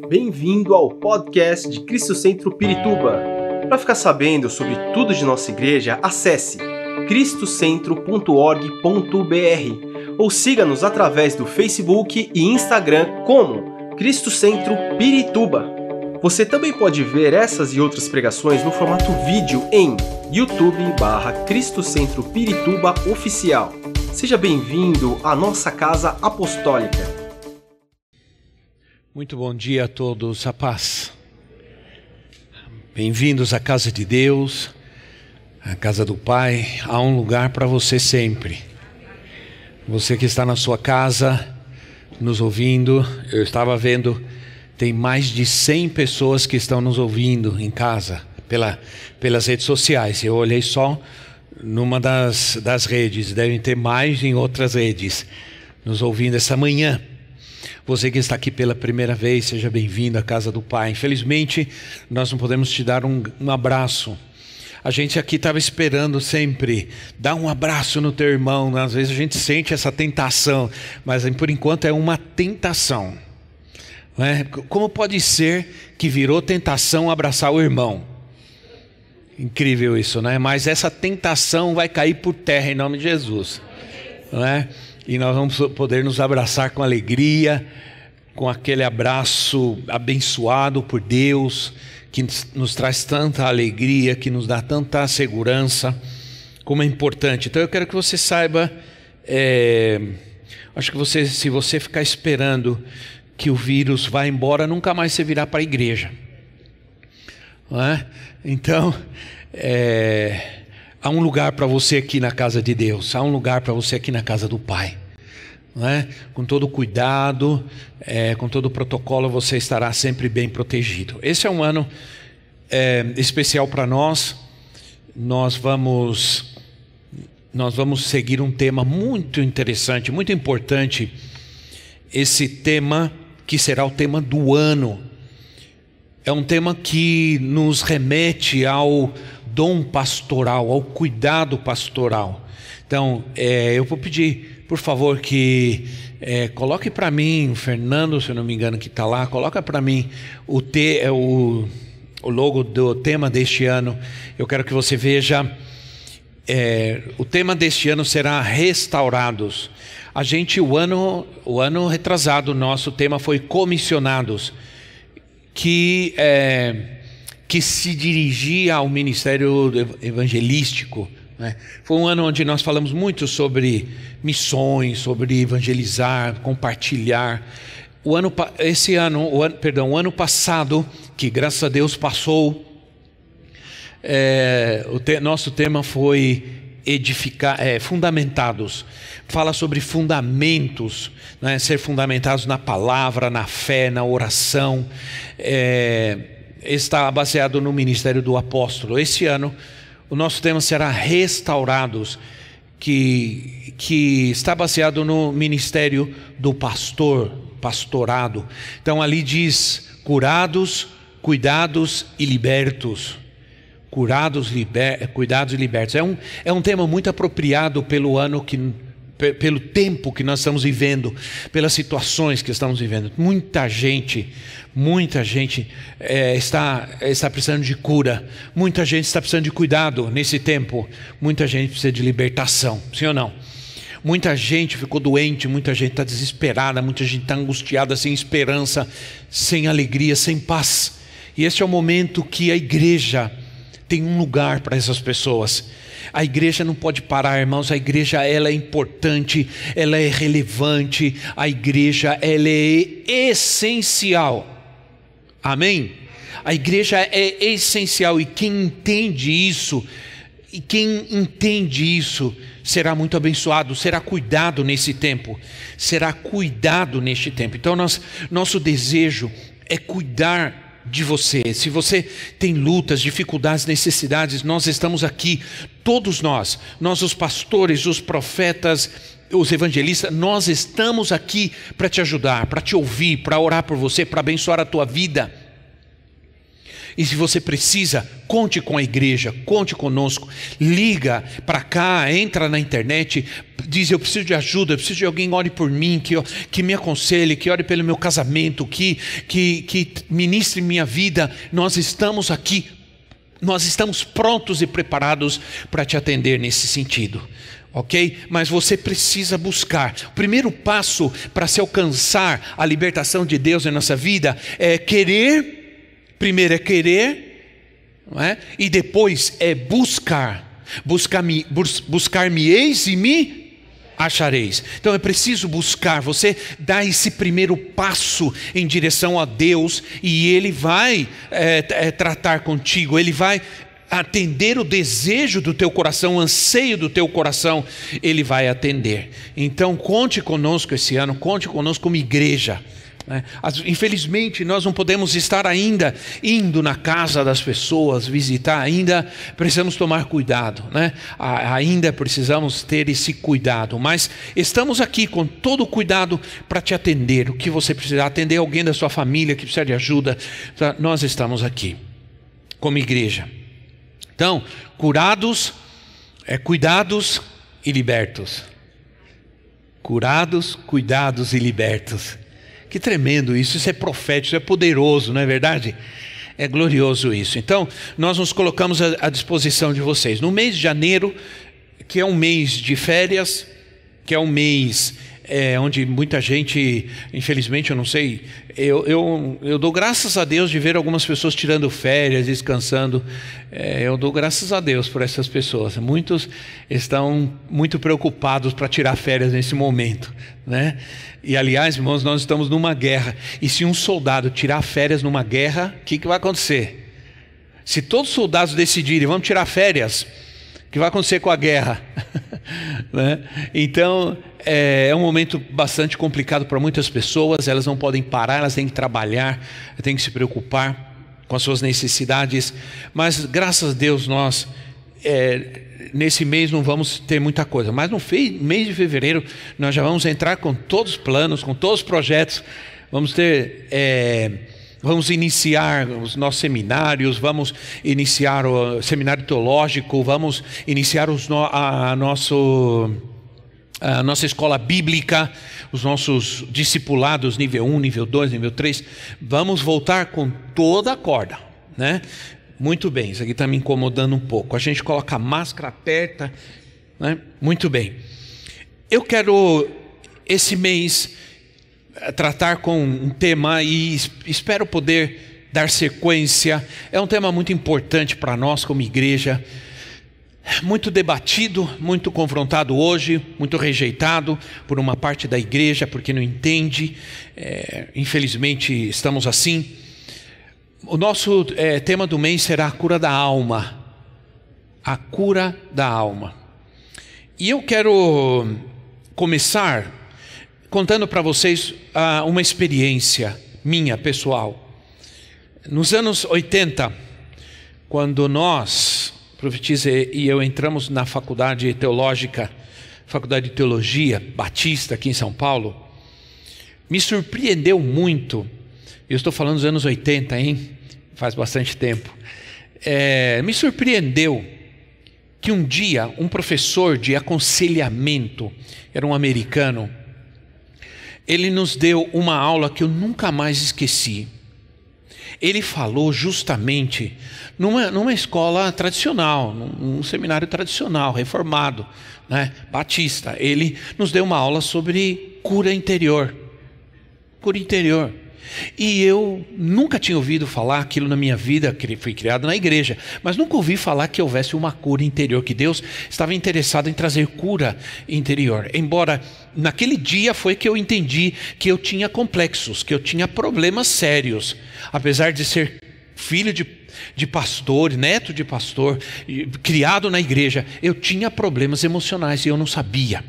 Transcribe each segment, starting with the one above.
Bem-vindo ao podcast de Cristo Centro Pirituba. Para ficar sabendo sobre tudo de nossa igreja, acesse cristocentro.org.br ou siga-nos através do Facebook e Instagram como Cristo Centro Pirituba. Você também pode ver essas e outras pregações no formato vídeo em YouTube/Cristo Centro Pirituba Oficial. Seja bem-vindo à nossa casa apostólica. Muito bom dia a todos, a paz. Bem-vindos à casa de Deus, à casa do Pai. Há um lugar para você sempre. Você que está na sua casa, nos ouvindo, eu estava vendo, tem mais de 100 pessoas que estão nos ouvindo em casa, pelas redes sociais. Eu olhei só numa das redes, devem ter mais em outras redes, nos ouvindo essa manhã. Você que está aqui pela primeira vez, seja bem-vindo à casa do Pai. Infelizmente, nós não podemos te dar um abraço. A gente aqui estava esperando sempre dar um abraço no teu irmão. Às vezes a gente sente essa tentação, mas por enquanto é uma tentação. Não é? Como pode ser que virou tentação abraçar o irmão? Incrível isso, né? Mas essa tentação vai cair por terra em nome de Jesus. Não é? E nós vamos poder nos abraçar com alegria, com aquele abraço abençoado por Deus, que nos traz tanta alegria, que nos dá tanta segurança, como é importante. Então eu quero que você saiba, acho que se você ficar esperando que o vírus vá embora, nunca mais você virá para a igreja. Não é? Então, há um lugar para você aqui na casa de Deus, há um lugar para você aqui na casa do Pai. Não é? Com todo cuidado, com todo o protocolo, você estará sempre bem protegido. Esse é um ano especial para nós. Nós vamos seguir um tema muito interessante, muito importante. Esse tema que será o tema do ano. É um tema que nos remete ao dom pastoral, ao cuidado pastoral. Então, eu vou pedir, por favor, que coloque para mim, o Fernando, se eu não me engano, que está lá, coloca para mim o logo do tema deste ano. Eu quero que você veja, o tema deste ano será restaurados. O ano retrasado, nosso tema foi comissionados, que se dirigia ao ministério evangelístico. Foi um ano onde nós falamos muito sobre missões, sobre evangelizar, compartilhar. O ano passado, que graças a Deus passou, nosso tema foi edificar, fundamentados. Fala sobre fundamentos, né? Ser fundamentados na palavra, na fé, na oração. Está baseado no ministério do apóstolo. Esse ano o nosso tema será restaurados, que está baseado no ministério do pastorado. Então ali diz curados, cuidados e libertos. Cuidados e libertos. É um tema muito apropriado pelo tempo que nós estamos vivendo, pelas situações que estamos vivendo. Muita gente está precisando de cura. Muita gente está precisando de cuidado nesse tempo. Muita gente precisa de libertação, sim ou não? Muita gente ficou doente, muita gente está desesperada, muita gente está angustiada, sem esperança, sem alegria, sem paz. E esse é o momento que a igreja tem um lugar para essas pessoas. A igreja não pode parar, irmãos. A igreja, ela é importante, ela é relevante. A igreja, ela é essencial. Amém? A igreja é essencial, e quem entende isso, será muito abençoado, será cuidado nesse tempo. Então nosso desejo é cuidar de você. Se você tem lutas, dificuldades, necessidades, nós estamos aqui, todos nós os pastores, os profetas, os evangelistas, nós estamos aqui para te ajudar, para te ouvir, para orar por você, para abençoar a tua vida. E se você precisa, conte com a igreja, conte conosco, liga para cá, entra na internet, diz: eu preciso de ajuda, eu preciso de alguém que ore por mim, que me aconselhe, que ore pelo meu casamento, que ministre minha vida. Nós estamos aqui, nós estamos prontos e preparados para te atender nesse sentido. Ok? Mas você precisa buscar. O primeiro passo para se alcançar a libertação de Deus em nossa vida é querer. Primeiro é querer, não é? E depois é buscar. Buscar-me-eis e me achareis. Então é preciso buscar. Você dá esse primeiro passo em direção a Deus e Ele vai tratar contigo. Ele vai atender o desejo do teu coração, o anseio do teu coração. Ele vai atender. Então conte conosco esse ano, conte conosco como igreja. Infelizmente nós não podemos estar ainda indo na casa das pessoas, visitar, ainda precisamos tomar cuidado, né? Ainda precisamos ter esse cuidado, mas estamos aqui com todo o cuidado para te atender. O que você precisar, atender alguém da sua família que precisa de ajuda, nós estamos aqui como igreja. Então, cuidados e libertos. Curados, cuidados e libertos. Que tremendo isso, isso é profético, isso é poderoso, não é verdade? É glorioso isso. Então, nós nos colocamos à disposição de vocês. No mês de janeiro, que é um mês de férias, que é um mês onde muita gente, infelizmente, eu não sei, eu dou graças a Deus de ver algumas pessoas tirando férias, descansando. Eu dou graças a Deus por essas pessoas. Muitos estão muito preocupados para tirar férias nesse momento, né? E aliás, irmãos, nós estamos numa guerra. E se um soldado tirar férias numa guerra, o que vai acontecer? Se todos os soldados decidirem, vamos tirar férias, o que vai acontecer com a guerra? Né? Então é um momento bastante complicado para muitas pessoas. Elas não podem parar, elas têm que trabalhar, têm que se preocupar com as suas necessidades. Mas graças a Deus nós nesse mês não vamos ter muita coisa, mas no mês de fevereiro nós já vamos entrar com todos os planos, com todos os projetos. Vamos iniciar os nossos seminários, vamos iniciar o seminário teológico, vamos iniciar a nossa escola bíblica, os nossos discipulados nível 1, nível 2, nível 3. Vamos voltar com toda a corda, né? Muito bem, isso aqui está me incomodando um pouco. A gente coloca a máscara, aperta, né? Muito bem. Eu quero esse mês tratar com um tema e espero poder dar sequência. É um tema muito importante para nós como igreja, muito debatido, muito confrontado hoje, muito rejeitado por uma parte da igreja porque não entende. Infelizmente estamos assim. O nosso tema do mês será a cura da alma. A cura da alma. E eu quero começar contando para vocês uma experiência minha, pessoal. Nos anos 80, quando nós, Profetiza e eu, entramos na faculdade teológica, faculdade de teologia, Batista, aqui em São Paulo, me surpreendeu muito. Eu estou falando dos anos 80, hein? Faz bastante tempo. Me surpreendeu que um dia um professor de aconselhamento, era um americano, ele nos deu uma aula que eu nunca mais esqueci. Ele falou justamente numa escola tradicional, num seminário tradicional, reformado, né, batista. Ele nos deu uma aula sobre cura interior. Cura interior. E eu nunca tinha ouvido falar aquilo na minha vida, que fui criado na igreja, mas nunca ouvi falar que houvesse uma cura interior, que Deus estava interessado em trazer cura interior. Embora naquele dia foi que eu entendi que eu tinha complexos, que eu tinha problemas sérios. Apesar de ser filho de pastor, neto de pastor, criado na igreja, eu tinha problemas emocionais e eu não sabia.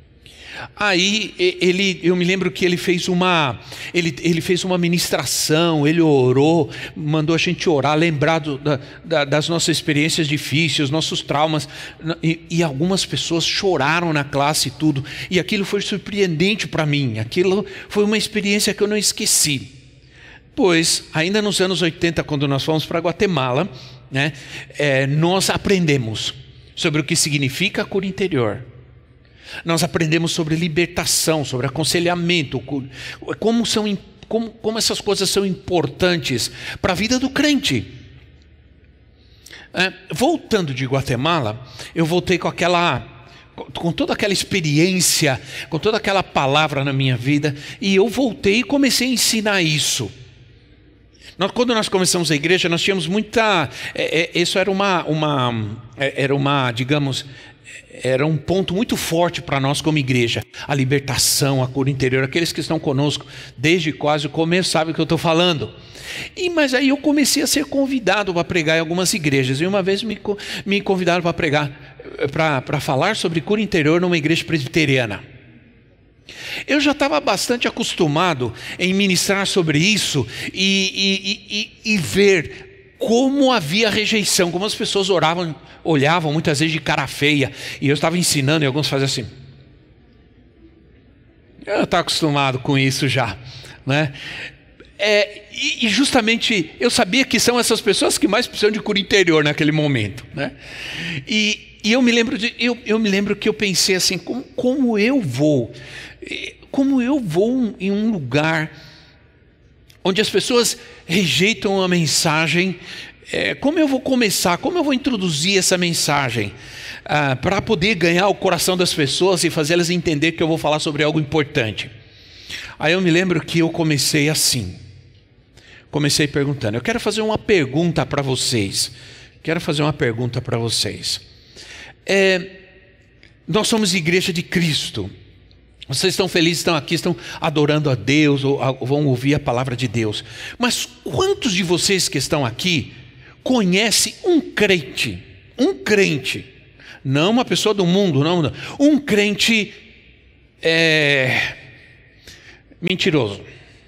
Aí eu me lembro que ele fez uma ministração, ele orou, mandou a gente orar, lembrar das nossas experiências difíceis, nossos traumas, e algumas pessoas choraram na classe e tudo, e aquilo foi surpreendente para mim. Aquilo foi uma experiência que eu não esqueci. Pois, ainda nos anos 80, quando nós fomos para Guatemala, né, nós aprendemos sobre o que significa a cura interior. Nós aprendemos sobre libertação, sobre aconselhamento, como essas coisas são importantes para a vida do crente. Voltando de Guatemala, eu voltei com toda aquela experiência, com toda aquela palavra na minha vida, e eu voltei e comecei a ensinar isso. Quando nós começamos a igreja, nós tínhamos muita... Isso era era um ponto muito forte para nós como igreja. A libertação, a cura interior. Aqueles que estão conosco desde quase o começo sabem o que eu estou falando. Mas aí eu comecei a ser convidado para pregar em algumas igrejas. E uma vez me convidaram para pregar, para falar sobre cura interior numa igreja presbiteriana. Eu já estava bastante acostumado em ministrar sobre isso e ver como havia rejeição, como as pessoas olhavam muitas vezes de cara feia, e eu estava ensinando e alguns faziam assim. Eu estava acostumado com isso já, né? E justamente eu sabia que são essas pessoas que mais precisam de cura interior naquele momento, né? E eu me lembro que eu pensei assim, como eu vou em um lugar onde as pessoas rejeitam a mensagem, como eu vou introduzir essa mensagem para poder ganhar o coração das pessoas e fazê-las entender que eu vou falar sobre algo importante. Aí eu me lembro que eu comecei perguntando. Eu quero fazer uma pergunta para vocês. Nós somos igreja de Cristo. Vocês estão felizes, estão aqui, estão adorando a Deus, ou vão ouvir a palavra de Deus. Mas quantos de vocês que estão aqui conhecem um crente, não uma pessoa do mundo, não, um crente mentiroso?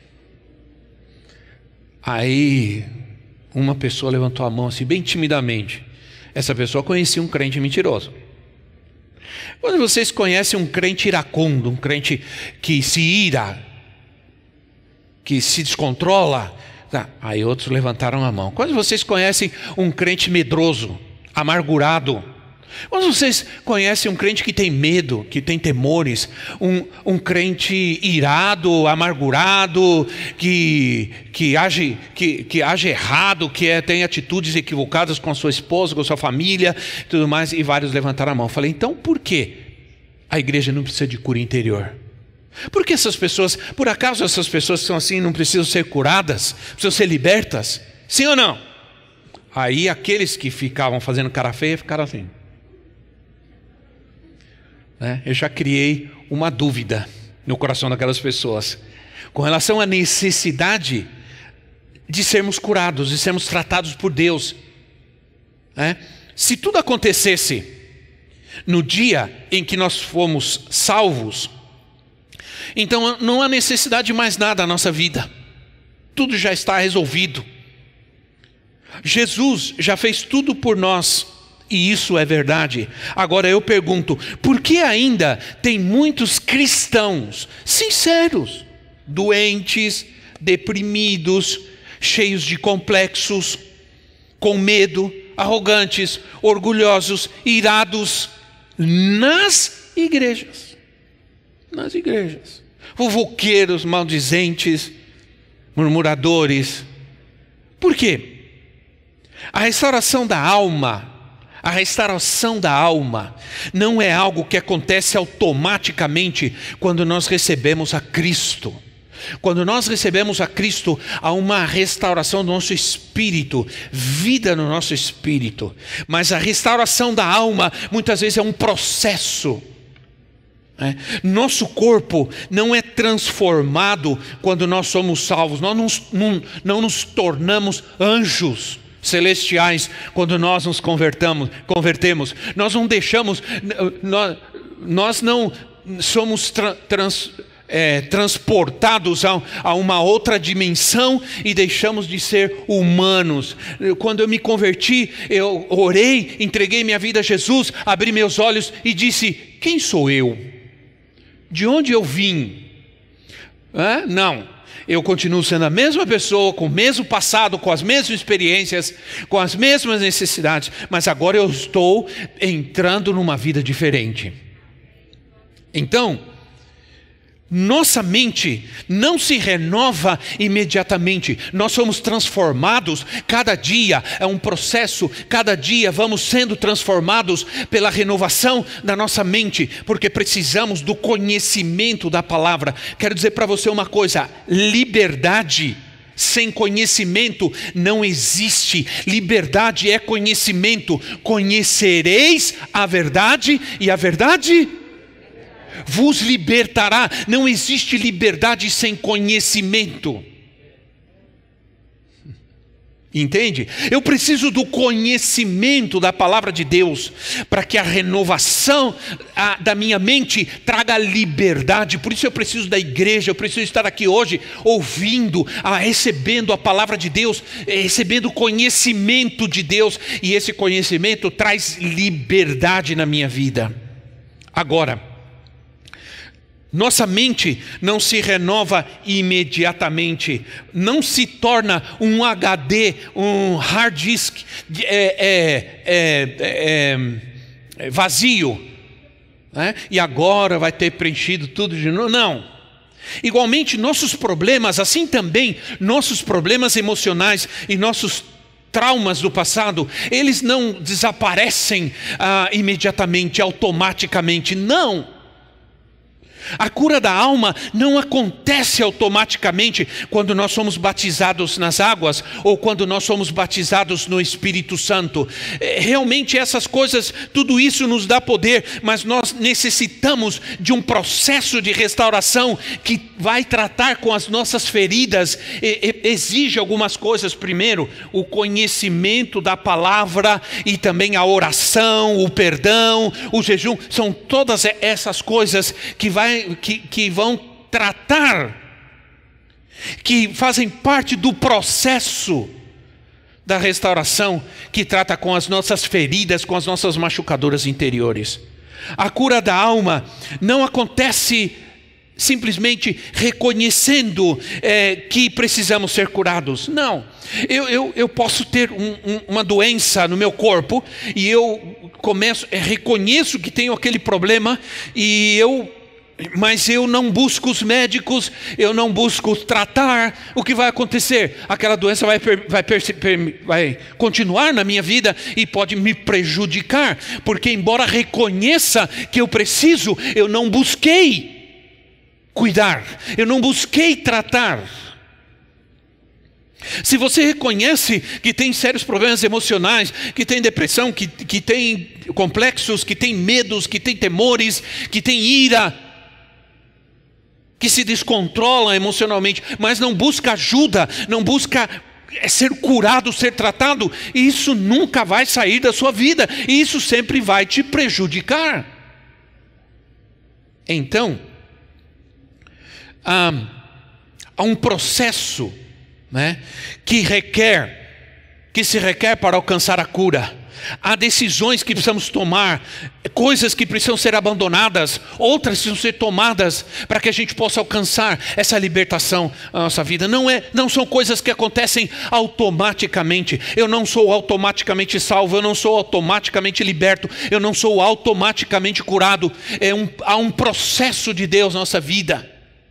Aí uma pessoa levantou a mão assim, bem timidamente. Essa pessoa conhecia um crente mentiroso. Quando vocês conhecem um crente iracundo, um crente que se ira, que se descontrola, aí outros levantaram a mão. Quando vocês conhecem um crente medroso, amargurado, quando vocês conhecem um crente que tem medo, que tem temores, um crente irado, amargurado, que age errado, tem atitudes equivocadas com a sua esposa, com a sua família, tudo mais, e vários levantaram a mão. Eu falei, então por que a igreja não precisa de cura interior? Por que por acaso essas pessoas que são assim não precisam ser curadas? Precisam ser libertas? Sim ou não? Aí aqueles que ficavam fazendo cara feia ficaram assim. Eu já criei uma dúvida no coração daquelas pessoas com relação à necessidade de sermos curados, de sermos tratados por Deus. Se tudo acontecesse no dia em que nós fomos salvos, então não há necessidade de mais nada na nossa vida. Tudo já está resolvido. Jesus já fez tudo por nós. E isso é verdade. Agora eu pergunto, por que ainda tem muitos cristãos sinceros, doentes, deprimidos, cheios de complexos, com medo, arrogantes, orgulhosos, irados, nas igrejas? Fofoqueiros, maldizentes, murmuradores. Por quê? A restauração da alma não é algo que acontece automaticamente quando nós recebemos a Cristo. Quando nós recebemos a Cristo, há uma restauração do nosso espírito, vida no nosso espírito. Mas a restauração da alma muitas vezes é um processo. Nosso corpo não é transformado quando nós somos salvos. Nós não nos tornamos anjos celestiais quando nós nos convertemos. Nós não deixamos, nós não somos transportados a uma outra dimensão e deixamos de ser humanos. Quando eu me converti, eu orei, entreguei minha vida a Jesus, abri meus olhos e disse: quem sou eu? De onde eu vim? Não, eu continuo sendo a mesma pessoa, com o mesmo passado, com as mesmas experiências, com as mesmas necessidades, mas agora eu estou entrando numa vida diferente. Então, nossa mente não se renova imediatamente. Nós somos transformados cada dia, é um processo. Cada dia vamos sendo transformados pela renovação da nossa mente, porque precisamos do conhecimento da palavra. Quero dizer para você uma coisa: liberdade sem conhecimento não existe. Liberdade é conhecimento. Conhecereis a verdade e a verdade vos libertará. Não existe liberdade sem conhecimento. Entende? Eu preciso do conhecimento da palavra de Deus para que a renovação da minha mente traga liberdade. Por isso eu preciso da igreja, eu preciso estar aqui hoje ouvindo, recebendo a palavra de Deus, recebendo o conhecimento de Deus, e esse conhecimento traz liberdade na minha vida. Agora, nossa mente não se renova imediatamente, não se torna um HD, um hard disk vazio, né? E agora vai ter preenchido tudo de novo. Não. Igualmente, nossos problemas, assim também nossos problemas emocionais e nossos traumas do passado, eles não desaparecem imediatamente, automaticamente. Não. A cura da alma não acontece automaticamente quando nós somos batizados nas águas ou quando nós somos batizados no Espírito Santo. Realmente essas coisas, tudo isso nos dá poder, mas nós necessitamos de um processo de restauração que vai tratar com as nossas feridas. Exige algumas coisas. Primeiro, o conhecimento da palavra e também a oração, o perdão, o jejum. São todas essas coisas que vão tratar, que fazem parte do processo da restauração, que trata com as nossas feridas, com as nossas machucaduras interiores. A cura da alma não acontece simplesmente reconhecendo que precisamos ser curados. Não, eu posso ter uma doença no meu corpo e eu reconheço que tenho aquele problema mas eu não busco os médicos, eu não busco tratar. O que vai acontecer? Aquela doença vai continuar na minha vida e pode me prejudicar, porque embora reconheça que eu preciso, eu não busquei cuidar, eu não busquei tratar. Se você reconhece que tem sérios problemas emocionais, que tem depressão, que tem complexos, que tem medos, que tem temores, que tem ira, que se descontrola emocionalmente, mas não busca ajuda, não busca ser curado, ser tratado, isso nunca vai sair da sua vida, e isso sempre vai te prejudicar. Então, há um processo, né, que se requer para alcançar a cura. Há decisões que precisamos tomar, coisas que precisam ser abandonadas, outras precisam ser tomadas para que a gente possa alcançar essa libertação na nossa vida. Não são coisas que acontecem automaticamente. Eu não sou automaticamente salvo, eu não sou automaticamente liberto, eu não sou automaticamente curado. Há um processo de Deus na nossa vida.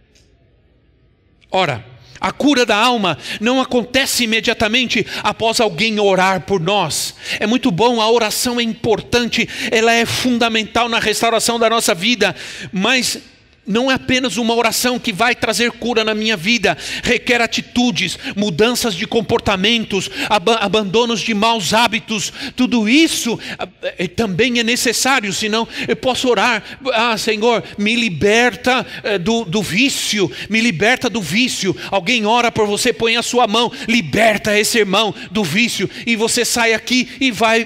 Ora, a cura da alma não acontece imediatamente após alguém orar por nós. É muito bom, a oração é importante, ela é fundamental na restauração da nossa vida, mas não é apenas uma oração que vai trazer cura na minha vida. Requer atitudes, mudanças de comportamentos, abandonos de maus hábitos. Tudo isso também é necessário, senão eu posso orar: Senhor, me liberta do vício, me liberta do vício. Alguém ora por você, põe a sua mão, liberta esse irmão do vício, e você sai aqui e vai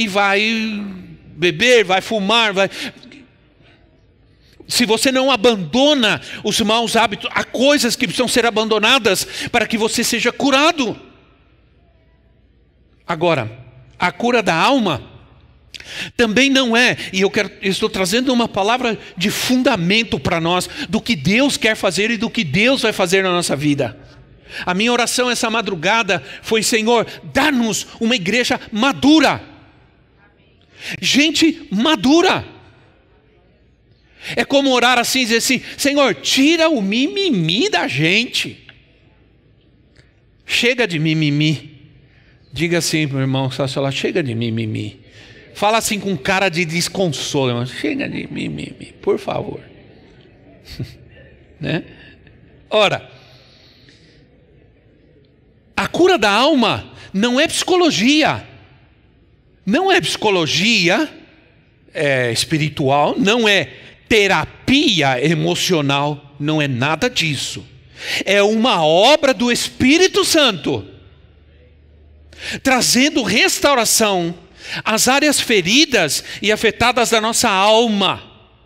beber, vai fumar, Se você não abandona os maus hábitos, há coisas que precisam ser abandonadas para que você seja curado. Agora, a cura da alma Também não é, e eu estou trazendo uma palavra de fundamento para nós, do que Deus quer fazer e do que Deus vai fazer na nossa vida. A minha oração essa madrugada foi: Senhor, dá-nos uma igreja madura. Gente madura. É como orar assim e dizer assim: Senhor, tira o mimimi da gente. Chega de mimimi. Diga assim para o irmão, chega de mimimi. Fala assim com cara de desconsolo, irmão. Chega de mimimi, por favor. Né? Ora, a cura da alma não é psicologia. Não é psicologia espiritual, não é terapia emocional, não é nada disso. É uma obra do Espírito Santo, trazendo restauração às áreas feridas e afetadas da nossa alma,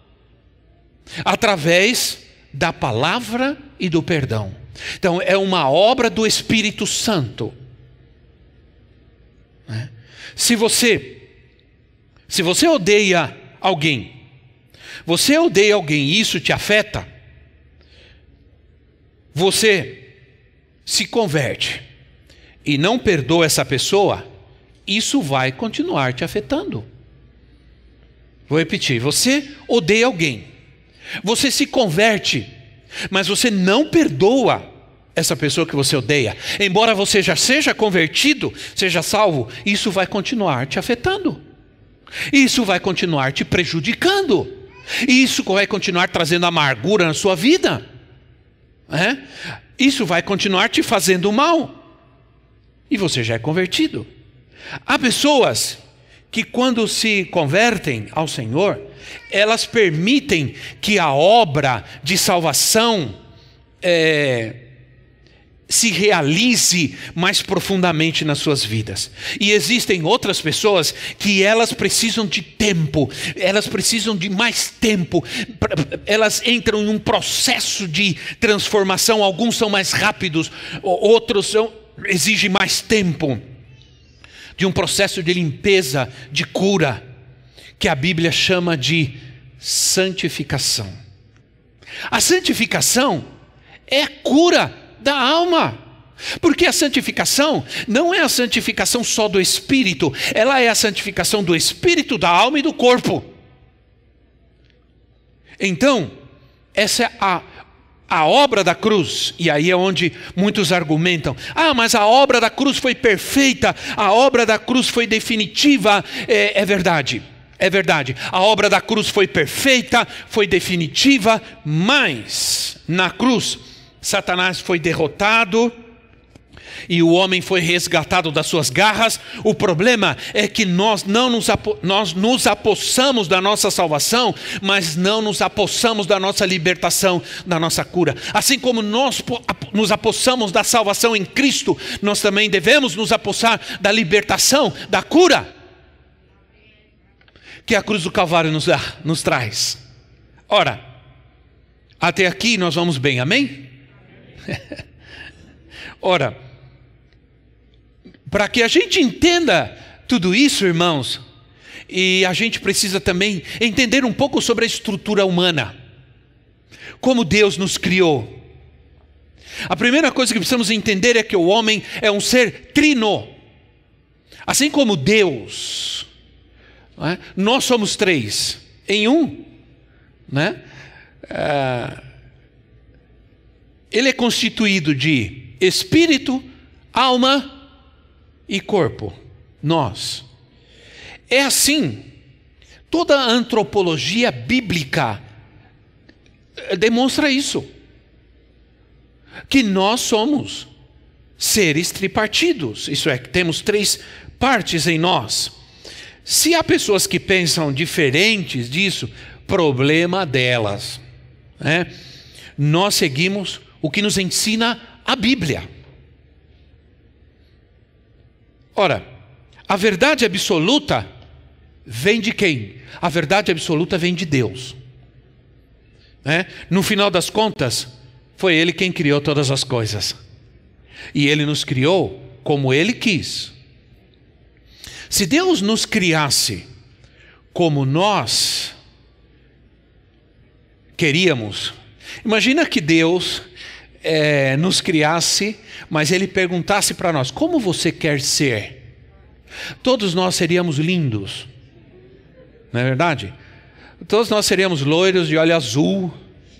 através da palavra e do perdão. Então é uma obra do Espírito Santo. Se você odeia alguém, e isso te afeta, você se converte e não perdoa essa pessoa, isso vai continuar te afetando. Vou repetir: você odeia alguém, você se converte, mas você não perdoa essa pessoa que você odeia, embora você já seja convertido, seja salvo, isso vai continuar te afetando, isso vai continuar te prejudicando, isso vai continuar trazendo amargura na sua vida, isso vai continuar te fazendo mal, e você já é convertido. Há pessoas que, quando se convertem ao Senhor, elas permitem que a obra de salvação se realize mais profundamente nas suas vidas. E existem outras pessoas que elas precisam de tempo, elas precisam de mais tempo, elas entram em um processo de transformação. Alguns são mais rápidos, outros exigem mais tempo, de um processo de limpeza, de cura, que a Bíblia chama de santificação. A santificação é a cura da alma, porque a santificação não é a santificação só do espírito, ela é a santificação do espírito, da alma e do corpo. Então, essa é a obra da cruz. E aí é onde muitos argumentam: mas a obra da cruz foi perfeita, a obra da cruz foi definitiva. É verdade, a obra da cruz foi perfeita, foi definitiva, mas na cruz Satanás foi derrotado e o homem foi resgatado das suas garras. O problema é que nós nos apossamos da nossa salvação, mas não nos apossamos da nossa libertação, da nossa cura. Assim como nós nos apossamos da salvação em Cristo, nós também devemos nos apossar da libertação, da cura que a cruz do Calvário nos traz. Ora, até aqui nós vamos bem, amém? Ora, para que a gente entenda tudo isso, irmãos, e a gente precisa também entender um pouco sobre a estrutura humana, como Deus nos criou. A primeira coisa que precisamos entender é que o homem é um ser trino. Assim como Deus, nós somos três em um, Ele é constituído de espírito, alma e corpo. Nós. É assim. Toda a antropologia bíblica demonstra isso. Que nós somos seres tripartidos. Isso é, que temos três partes em nós. Se há pessoas que pensam diferentes disso, problema delas. Nós seguimos o que nos ensina a Bíblia. Ora, a verdade absoluta vem de quem? A verdade absoluta vem de Deus. No final das contas, foi Ele quem criou todas as coisas. E Ele nos criou como Ele quis. Se Deus nos criasse como nós queríamos. Imagina que Deus nos criasse, mas Ele perguntasse para nós: como você quer ser? Todos nós seríamos lindos, não é verdade? Todos nós seríamos loiros de olho azul,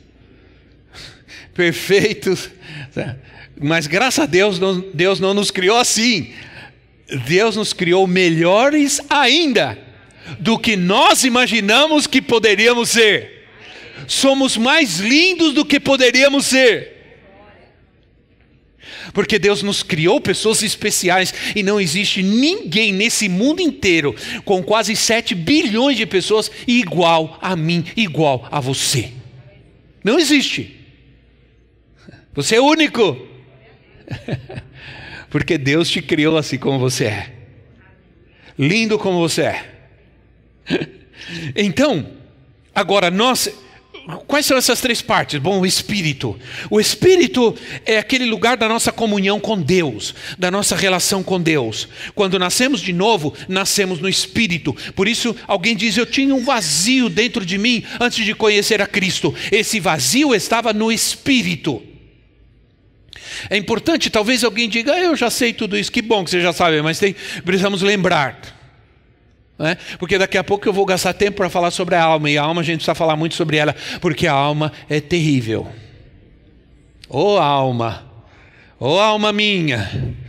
perfeitos. Mas graças a Deus, Deus não nos criou assim. Deus nos criou melhores ainda do que nós imaginamos que poderíamos ser. Somos mais lindos do que poderíamos ser. Porque Deus nos criou pessoas especiais e não existe ninguém nesse mundo inteiro com quase 7 bilhões de pessoas igual a mim, igual a você. Não existe. Você é único. Porque Deus te criou assim como você é. Lindo como você é. Então, agora quais são essas 3 partes? Bom, o Espírito. O Espírito é aquele lugar da nossa comunhão com Deus, da nossa relação com Deus. Quando nascemos de novo, nascemos no Espírito. Por isso, alguém diz: eu tinha um vazio dentro de mim antes de conhecer a Cristo. Esse vazio estava no Espírito. É importante, talvez alguém diga: eu já sei tudo isso. Que bom que você já sabe, mas precisamos lembrar. Porque daqui a pouco eu vou gastar tempo para falar sobre a alma. E a alma a gente precisa falar muito sobre ela, porque a alma é terrível. Ô alma minha.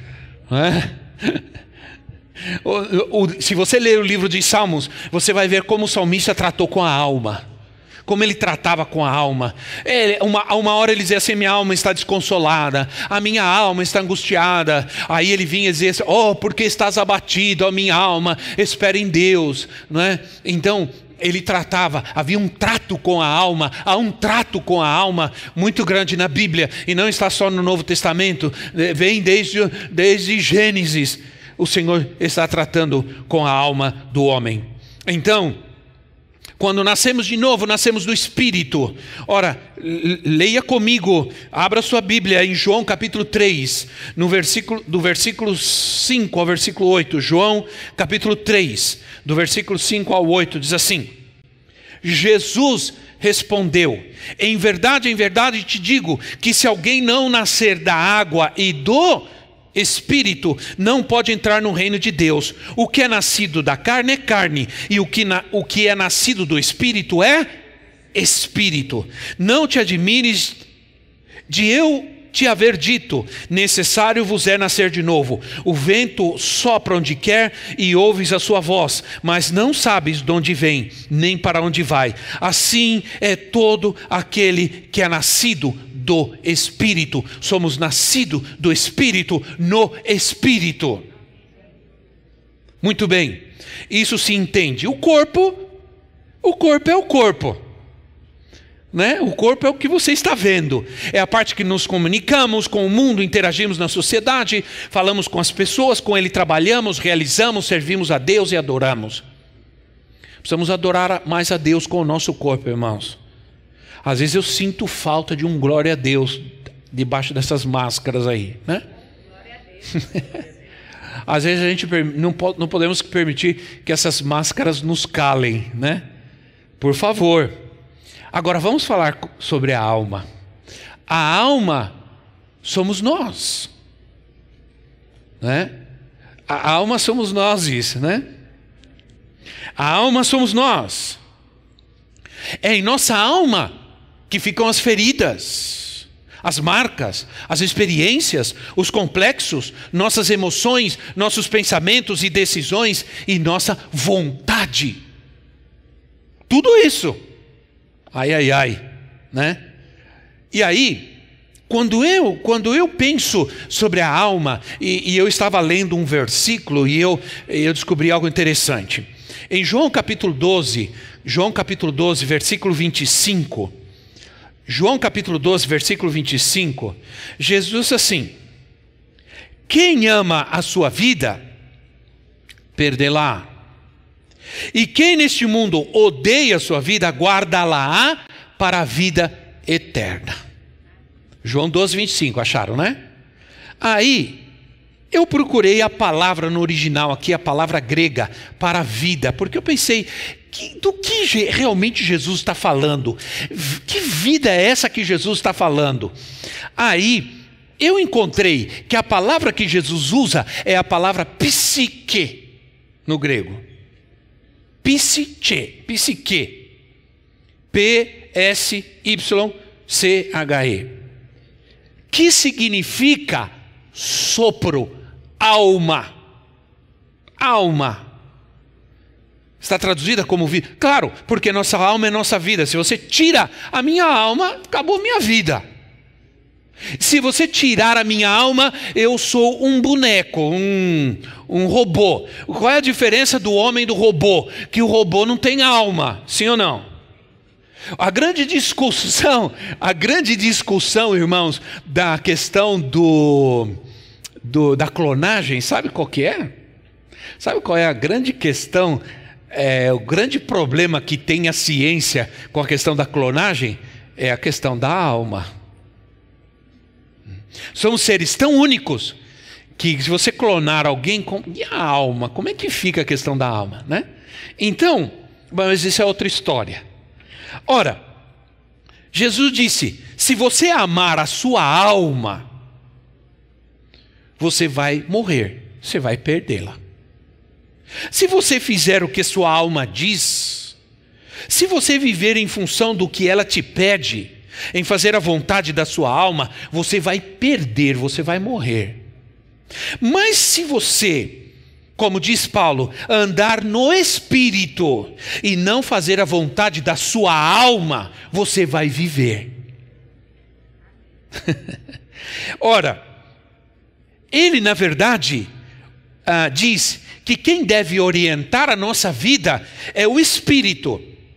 Se você ler o livro de Salmos, você vai ver como o salmista tratou com a alma. Como ele tratava com a alma. Uma hora ele dizia assim: minha alma está desconsolada, a minha alma está angustiada. Aí ele vinha e dizia: oh, porque estás abatido, ó minha alma, espera em Deus, não é? Então ele tratava, havia um trato com a alma. Há um trato com a alma muito grande na Bíblia, e não está só no Novo Testamento, vem desde Gênesis. O Senhor está tratando com a alma do homem. Então, quando nascemos de novo, nascemos do Espírito. Ora, leia comigo, abra sua Bíblia em João capítulo 3, do versículo 5 ao versículo 8. João capítulo 3, do versículo 5 ao 8, diz assim: Jesus respondeu: em verdade te digo, que se alguém não nascer da água e do Espírito, não pode entrar no reino de Deus. O que é nascido da carne é carne, e o que é nascido do Espírito é Espírito. Não te admires de eu te haver dito: necessário vos é nascer de novo. O vento sopra onde quer e ouves a sua voz, mas não sabes de onde vem, nem para onde vai. Assim é todo aquele que é nascido do Espírito. Somos nascidos do Espírito no Espírito. Muito bem, isso se entende. O corpo é o corpo, né? O corpo é o que você está vendo. É a parte que nos comunicamos com o mundo, interagimos na sociedade, falamos com as pessoas, com ele trabalhamos, realizamos, servimos a Deus e adoramos. Precisamos adorar mais a Deus com o nosso corpo, irmãos. Às vezes eu sinto falta de um glória a Deus debaixo dessas máscaras aí, né? Às vezes a gente não podemos permitir que essas máscaras nos calem, né? Por favor. Agora vamos falar sobre a alma. A alma somos nós, né? A alma somos nós, isso, né? A alma somos nós. É em nossa alma que ficam as feridas, as marcas, as experiências, os complexos, nossas emoções, nossos pensamentos e decisões e nossa vontade. Tudo isso. Ai, né? E aí, quando eu penso sobre a alma, e eu estava lendo um versículo e eu descobri algo interessante. Em João capítulo 12, versículo 25, João capítulo 12, versículo 25, Jesus disse assim: quem ama a sua vida, perdê-la. E quem neste mundo odeia a sua vida, guarda-la para a vida eterna. João 12, 25, acharam, né? Aí, eu procurei a palavra no original aqui, a palavra grega, para a vida, porque eu pensei, do que realmente Jesus está falando? Que vida é essa que Jesus está falando? Aí eu encontrei que a palavra que Jesus usa é a palavra psique no grego. Psique. P-S-Y-C-H-E. Que significa sopro, alma. Alma. Está traduzida como vida. Claro, porque nossa alma é nossa vida. Se você tira a minha alma, acabou minha vida. Se você tirar a minha alma, eu sou um boneco, um robô. Qual é a diferença do homem e do robô? Que o robô não tem alma, sim ou não? A grande discussão, irmãos, da questão da clonagem, sabe qual que é? Sabe qual é a grande questão, o grande problema que tem a ciência com a questão da clonagem? É a questão da alma. Somos seres tão únicos que se você clonar alguém, e a alma? Como é que fica a questão da alma, né? Então, mas isso é outra história. Ora, Jesus disse, se você amar a sua alma, você vai morrer, você vai perdê-la. Se você fizer o que sua alma diz, se você viver em função do que ela te pede, em fazer a vontade da sua alma, você vai perder, você vai morrer. Mas se você, como diz Paulo, andar no Espírito e não fazer a vontade da sua alma, você vai viver. Ora, ele na verdade diz que quem deve orientar a nossa vida é o Espírito.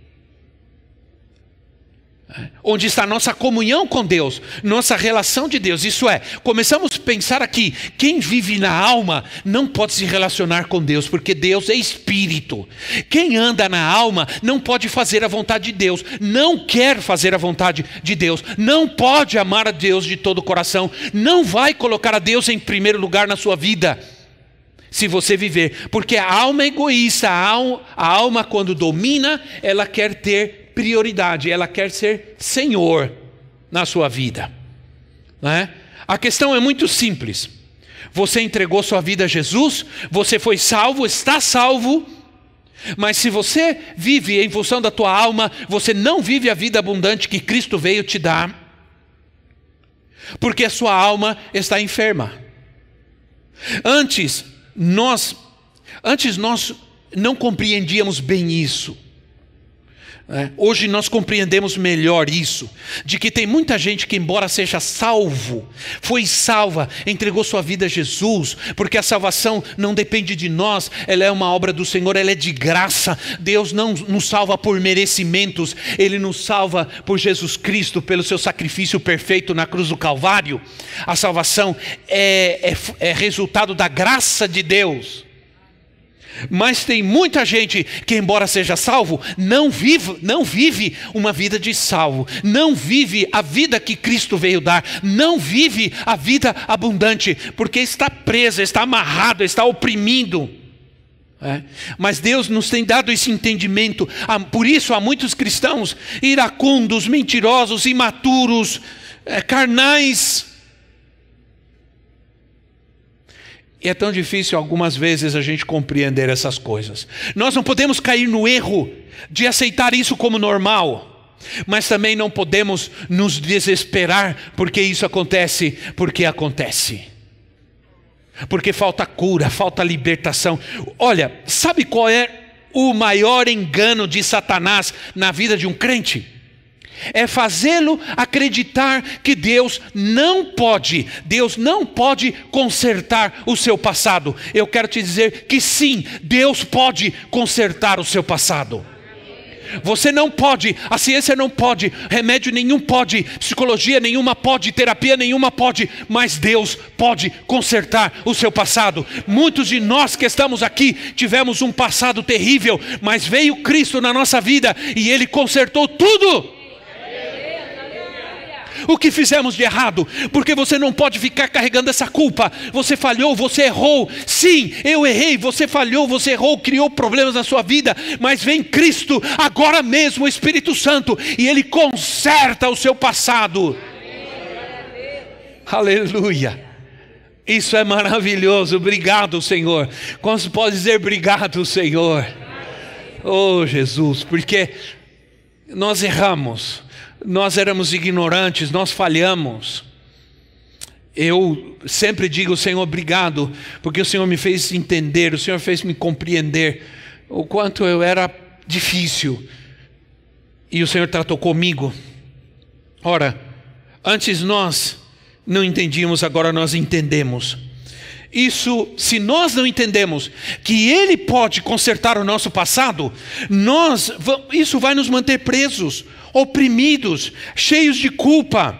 Onde está a nossa comunhão com Deus, nossa relação de Deus. Isso é, começamos a pensar aqui, quem vive na alma não pode se relacionar com Deus, porque Deus é Espírito. Quem anda na alma não pode fazer a vontade de Deus, não quer fazer a vontade de Deus, não pode amar a Deus de todo o coração, não vai colocar a Deus em primeiro lugar na sua vida, se você viver, porque a alma é egoísta, a alma quando domina, ela quer ter prioridade, ela quer ser senhor na sua vida, não é? A questão é muito simples. Você entregou sua vida a Jesus, você foi salvo, está salvo, mas se você vive em função da tua alma, você não vive a vida abundante que Cristo veio te dar, porque a sua alma está enferma. Antes nós não compreendíamos bem isso. Hoje nós compreendemos melhor isso, de que tem muita gente que, embora seja salvo, foi salva, entregou sua vida a Jesus, porque a salvação não depende de nós, ela é uma obra do Senhor, ela é de graça. Deus não nos salva por merecimentos, Ele nos salva por Jesus Cristo, pelo seu sacrifício perfeito na cruz do Calvário. A salvação é resultado da graça de Deus. Mas tem muita gente que, embora seja salvo, não vive uma vida de salvo, não vive a vida que Cristo veio dar, não vive a vida abundante, porque está preso, está amarrado, está oprimido. Mas Deus nos tem dado esse entendimento. Por isso há muitos cristãos iracundos, mentirosos, imaturos, carnais. E é tão difícil algumas vezes a gente compreender essas coisas. Nós não podemos cair no erro de aceitar isso como normal, mas também não podemos nos desesperar porque isso acontece, porque falta cura, falta libertação. Olha, sabe qual é o maior engano de Satanás na vida de um crente? É fazê-lo acreditar que Deus não pode consertar o seu passado. Eu quero te dizer que sim, Deus pode consertar o seu passado. Você não pode, a ciência não pode, remédio nenhum pode, psicologia nenhuma pode, terapia nenhuma pode, mas Deus pode consertar o seu passado. Muitos de nós que estamos aqui tivemos um passado terrível, mas veio Cristo na nossa vida e Ele consertou tudo. o que fizemos de errado, porque você não pode ficar carregando essa culpa. Você falhou, você errou. Sim, eu errei, você falhou, você errou, criou problemas na sua vida, mas vem Cristo, agora mesmo o Espírito Santo, e Ele conserta o seu passado. Aleluia. Isso é maravilhoso. Obrigado, Senhor. Quantos pode dizer obrigado, Senhor? Oh, Jesus, porque nós erramos, nós éramos ignorantes, nós falhamos. Eu sempre digo, Senhor, obrigado, porque o Senhor me fez entender, o Senhor fez me compreender o quanto eu era difícil, e o Senhor tratou comigo. Ora, antes nós não entendíamos, agora nós entendemos. Isso, se nós não entendemos que Ele pode consertar o nosso passado, isso vai nos manter presos, oprimidos, cheios de culpa.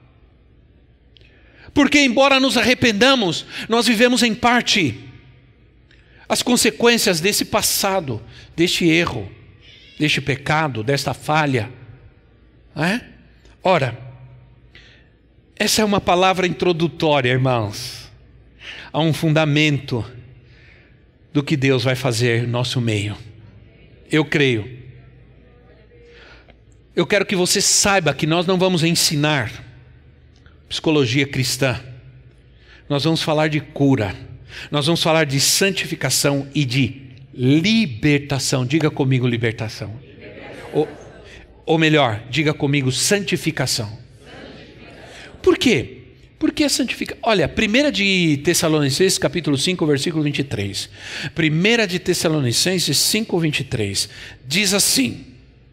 Porque embora nos arrependamos, nós vivemos em parte as consequências desse passado, deste erro, deste pecado, desta falha. Não é? Ora, essa é uma palavra introdutória, irmãos, a um fundamento do que Deus vai fazer no nosso meio. Eu creio. Eu quero que você saiba que nós não vamos ensinar psicologia cristã. Nós vamos falar de cura. Nós vamos falar de santificação e de libertação. Diga comigo libertação. Ou melhor, diga comigo santificação. Por quê? Porque santifica. Olha, 1 de Tessalonicenses capítulo 5, versículo 23. 1 de Tessalonicenses 5, 23. Diz assim.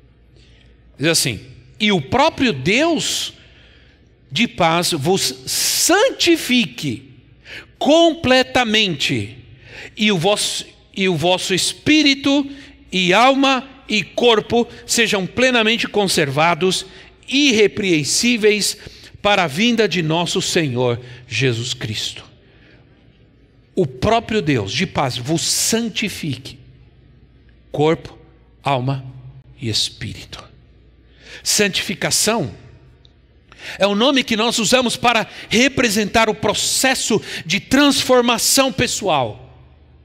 E o próprio Deus de paz vos santifique completamente, e o vosso espírito e alma e corpo sejam plenamente conservados, irrepreensíveis, para a vinda de nosso Senhor Jesus Cristo. O próprio Deus de paz vos santifique, corpo, alma e espírito. Santificação é o nome que nós usamos para representar o processo de transformação pessoal,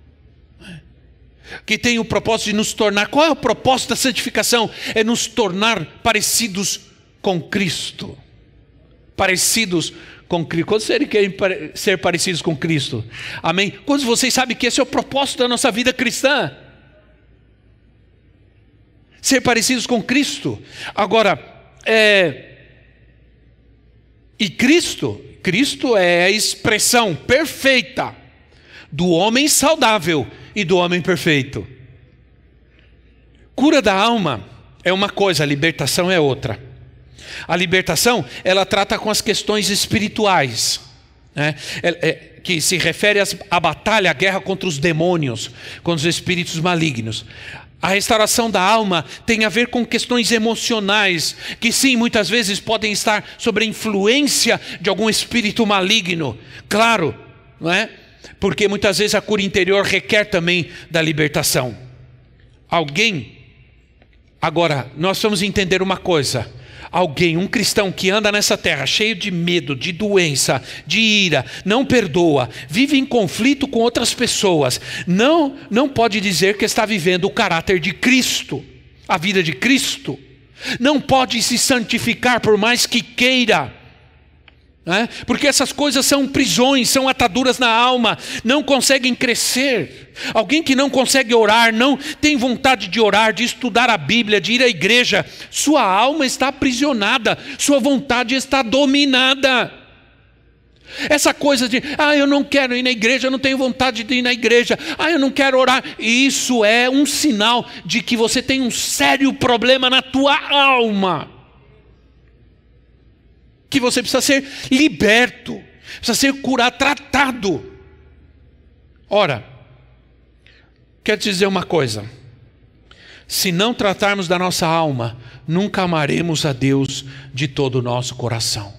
que tem o propósito de nos tornar. Qual é o propósito da santificação? É nos tornar parecidos com Cristo. Parecidos com Cristo. Quantos querem ser parecidos com Cristo? Amém? Quantos de vocês sabem que esse é o propósito da nossa vida cristã? Ser parecidos com Cristo. Agora, e Cristo é a expressão perfeita do homem saudável e do homem perfeito. Cura da alma é uma coisa, a libertação é outra. A libertação, ela trata com as questões espirituais, né? Que se refere à batalha, à guerra contra os demônios, contra os espíritos malignos. A restauração da alma tem a ver com questões emocionais, que sim, muitas vezes podem estar sob a influência de algum espírito maligno. Claro, não é? Porque muitas vezes a cura interior requer também da libertação. Agora, nós vamos entender uma coisa. Um cristão que anda nessa terra cheio de medo, de doença, de ira, não perdoa, vive em conflito com outras pessoas, não pode dizer que está vivendo o caráter de Cristo, a vida de Cristo. Não pode se santificar por mais que queira, né? Porque essas coisas são prisões, são ataduras na alma, não conseguem crescer. Alguém que não consegue orar, não tem vontade de orar, de estudar a Bíblia, de ir à igreja, sua alma está aprisionada, sua vontade está dominada. Essa coisa de, eu não quero ir na igreja, eu não tenho vontade de ir na igreja, eu não quero orar, isso é um sinal de que você tem um sério problema na tua alma, que você precisa ser liberto, precisa ser curado, tratado. Ora, quero te dizer uma coisa: se não tratarmos da nossa alma, nunca amaremos a Deus de todo o nosso coração.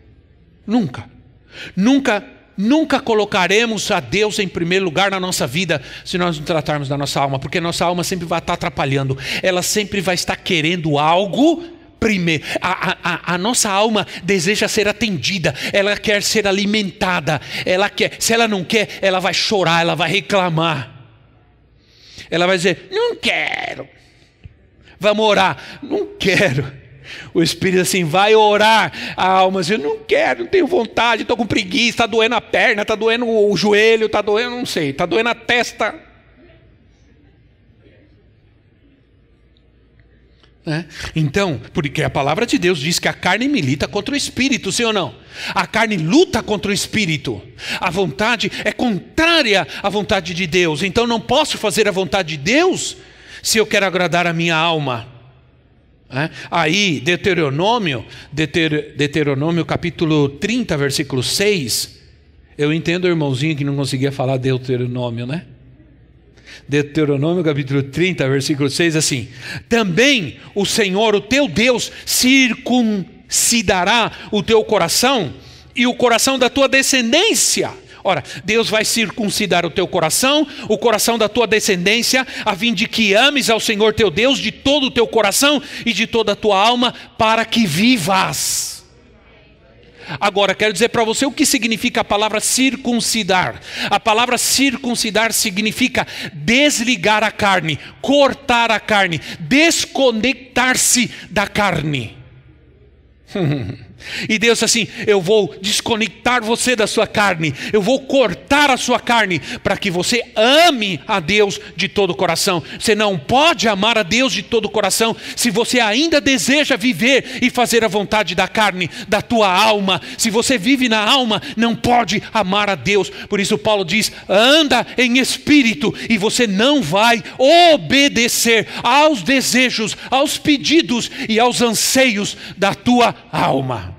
Nunca colocaremos a Deus em primeiro lugar na nossa vida se nós não tratarmos da nossa alma, porque nossa alma sempre vai estar atrapalhando, ela sempre vai estar querendo algo primeiro. A nossa alma deseja ser atendida, ela quer ser alimentada, ela quer. Se ela não quer, ela vai chorar, ela vai reclamar. Ela vai dizer, não quero. Vamos orar, não quero. O Espírito assim, vai orar. A alma diz, eu não quero, não tenho vontade, estou com preguiça, está doendo a perna, está doendo o joelho, está doendo, não sei, está doendo a testa. Então, porque a palavra de Deus diz que a carne milita contra o Espírito, sim ou não? A carne luta contra o Espírito. A vontade é contrária à vontade de Deus. Então não posso fazer a vontade de Deus se eu quero agradar a minha alma. Aí, Deuteronômio capítulo 30, versículo 6. Eu entendo o irmãozinho que não conseguia falar Deuteronômio, né? Deuteronômio capítulo 30, versículo 6, assim: também o Senhor, o teu Deus, circuncidará o teu coração e o coração da tua descendência. Ora, Deus vai circuncidar o teu coração, o coração da tua descendência, a fim de que ames ao Senhor teu Deus de todo o teu coração e de toda a tua alma, para que vivas. Agora, quero dizer para você o que significa a palavra circuncidar. A palavra circuncidar significa desligar a carne, cortar a carne, desconectar-se da carne. E Deus assim, eu vou desconectar você da sua carne, eu vou cortar a sua carne, para que você ame a Deus de todo o coração. Você não pode amar a Deus de todo o coração se você ainda deseja viver e fazer a vontade da carne, da tua alma. Se você vive na alma, não pode amar a Deus. Por isso Paulo diz, anda em espírito, e você não vai obedecer aos desejos, aos pedidos e aos anseios da tua alma.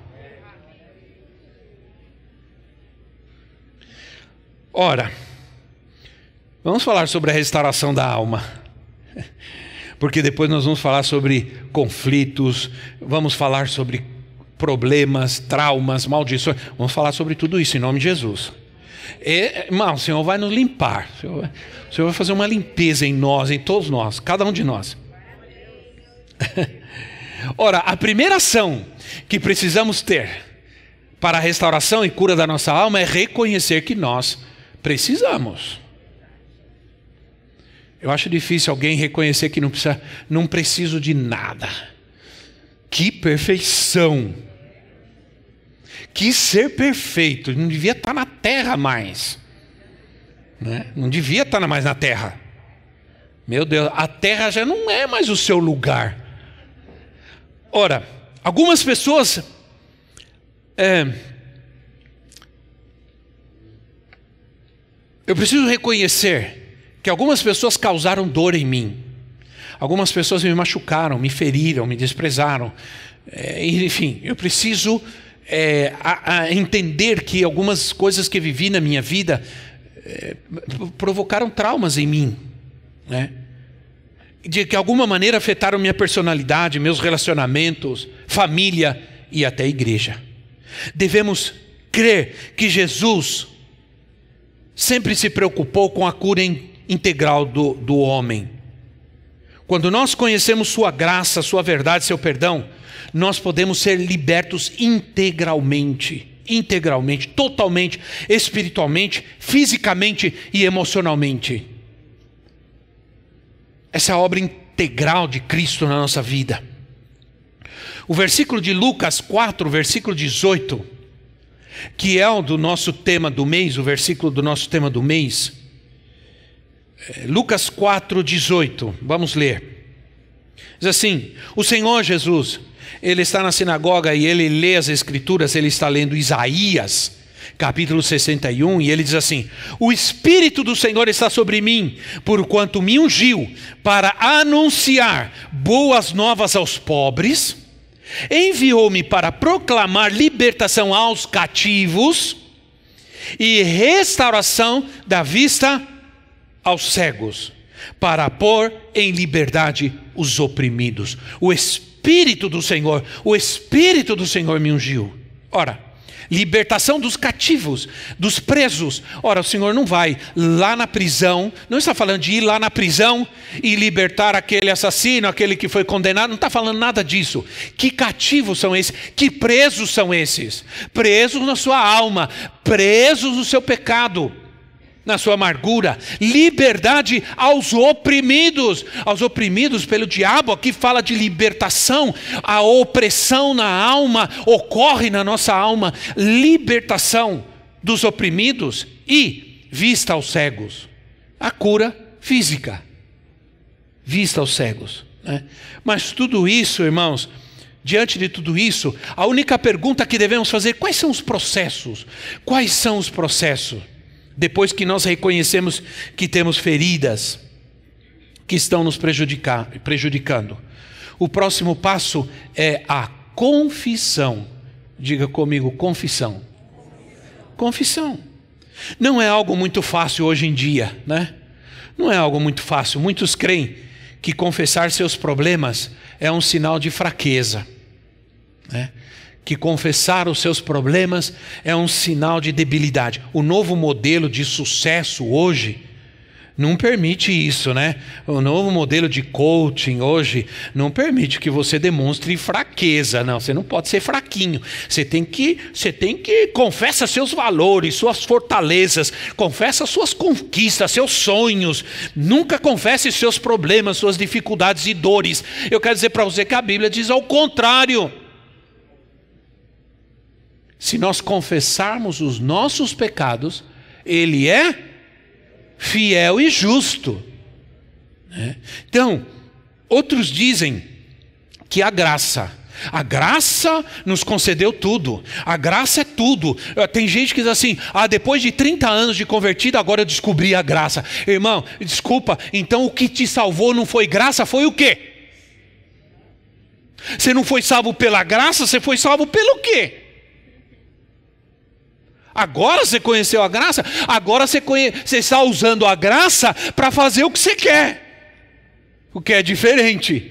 Ora, vamos falar sobre a restauração da alma, porque depois nós vamos falar sobre conflitos, vamos falar sobre problemas, traumas, maldições, vamos falar sobre tudo isso em nome de Jesus. Irmão, o Senhor vai nos limpar, o Senhor vai fazer uma limpeza em nós, em todos nós, cada um de nós. Ora, a primeira ação que precisamos ter para a restauração e cura da nossa alma é reconhecer que nós precisamos. Eu acho difícil alguém reconhecer que não preciso de nada. Que perfeição! Que ser perfeito! Não devia estar na terra mais, né? Não devia estar mais na terra. Meu Deus, a terra já não é mais o seu lugar. Ora, algumas pessoas eu preciso reconhecer que algumas pessoas causaram dor em mim. Algumas pessoas me machucaram, me feriram, me desprezaram. Enfim, eu preciso entender que algumas coisas que vivi na minha vida provocaram traumas em mim, né? De que alguma maneira afetaram minha personalidade, meus relacionamentos, família e até a igreja. Devemos crer que Jesus sempre se preocupou com a cura integral do homem. Quando nós conhecemos sua graça, sua verdade, seu perdão, nós podemos ser libertos integralmente, totalmente, espiritualmente, fisicamente e emocionalmente. Essa é a obra integral de Cristo na nossa vida. O versículo de Lucas 4, versículo 18, que é o do nosso tema do mês, o versículo do nosso tema do mês. Lucas 4, 18, vamos ler. Diz assim, o Senhor Jesus, Ele está na sinagoga e Ele lê as Escrituras, Ele está lendo Isaías, capítulo 61, e Ele diz assim, o Espírito do Senhor está sobre mim, porquanto me ungiu para anunciar boas novas aos pobres, enviou-me para proclamar libertação aos cativos e restauração da vista aos cegos, para pôr em liberdade os oprimidos. O Espírito do Senhor me ungiu. Ora, Libertação dos cativos, dos presos. Ora, o Senhor não vai lá na prisão, não está falando de ir lá na prisão e libertar aquele assassino, aquele que foi condenado, não está falando nada disso. Que cativos são esses? Que presos são esses? Presos na sua alma, presos no seu pecado, na sua amargura. Liberdade aos oprimidos pelo diabo. Aqui fala de libertação. A opressão na alma ocorre na nossa alma. Libertação dos oprimidos e vista aos cegos. A cura física, vista aos cegos, né? Mas tudo isso, irmãos, diante de tudo isso, a única pergunta que devemos fazer: quais são os processos? Quais são os processos? Depois que nós reconhecemos que temos feridas que estão nos prejudicando. O próximo passo é a confissão. Diga comigo, confissão. Confissão. Não é algo muito fácil hoje em dia, né? Não é algo muito fácil. Muitos creem que confessar seus problemas é um sinal de fraqueza, né? Que confessar os seus problemas é um sinal de debilidade. O novo modelo de sucesso hoje não permite isso, né? O novo modelo de coaching hoje não permite que você demonstre fraqueza. Não, você não pode ser fraquinho. Você tem que confessa seus valores, suas fortalezas, confessa suas conquistas, seus sonhos. Nunca confesse seus problemas, suas dificuldades e dores. Eu quero dizer para você que a Bíblia diz ao contrário. Se nós confessarmos os nossos pecados, Ele é fiel e justo, né? Então, outros dizem que a graça nos concedeu tudo. A graça é tudo. Tem gente que diz assim: depois de 30 anos de convertido, agora eu descobri a graça. Irmão, desculpa, então o que te salvou não foi graça, foi o quê? Você não foi salvo pela graça, você foi salvo pelo quê? Agora você conheceu a graça, agora você está usando a graça para fazer o que você quer, o que é diferente,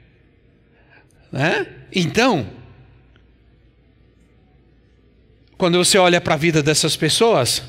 né? Então, quando você olha para a vida dessas pessoas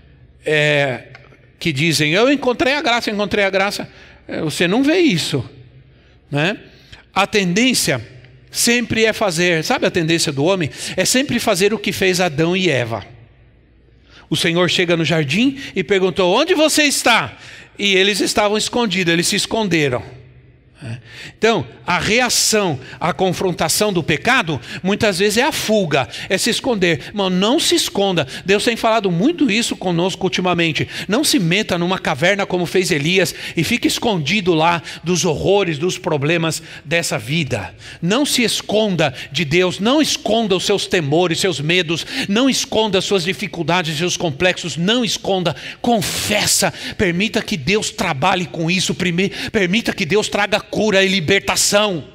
que dizem: eu encontrei a graça, você não vê isso, né? A tendência sempre é fazer, sabe a tendência do homem? É sempre fazer o que fez Adão e Eva. O Senhor chega no jardim e perguntou: onde você está? E eles estavam escondidos, eles se esconderam. Então, a reação à confrontação do pecado, muitas vezes é a fuga, é se esconder. Irmão, não se esconda. Deus tem falado muito isso conosco ultimamente. Não se meta numa caverna como fez Elias e fique escondido lá dos horrores, dos problemas dessa vida. Não se esconda de Deus, não esconda os seus temores, seus medos, não esconda as suas dificuldades, seus complexos, não esconda, confessa, permita que Deus trabalhe com isso, permita que Deus traga cura e libertação.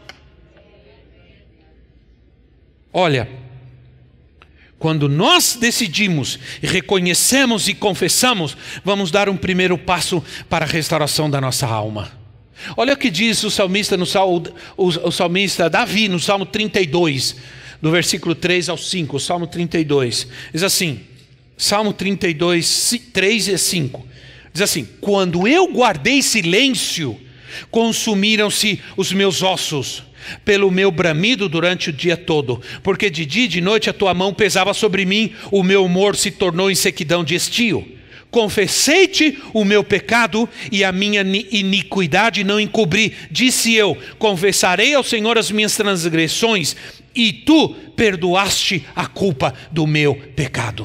Olha, quando nós decidimos, reconhecemos e confessamos, vamos dar um primeiro passo para a restauração da nossa alma. Olha o que diz o salmista, o salmista Davi, no Salmo 32, do versículo 3 ao 5, o Salmo 32, diz assim, Salmo 32, 3 e 5, diz assim: quando eu guardei silêncio, consumiram-se os meus ossos pelo meu bramido durante o dia todo, porque de dia e de noite a tua mão pesava sobre mim, o meu humor se tornou em sequidão de estio. Confessei-te o meu pecado e a minha iniquidade não encobri. Disse eu: confessarei ao Senhor as minhas transgressões, e tu perdoaste a culpa do meu pecado.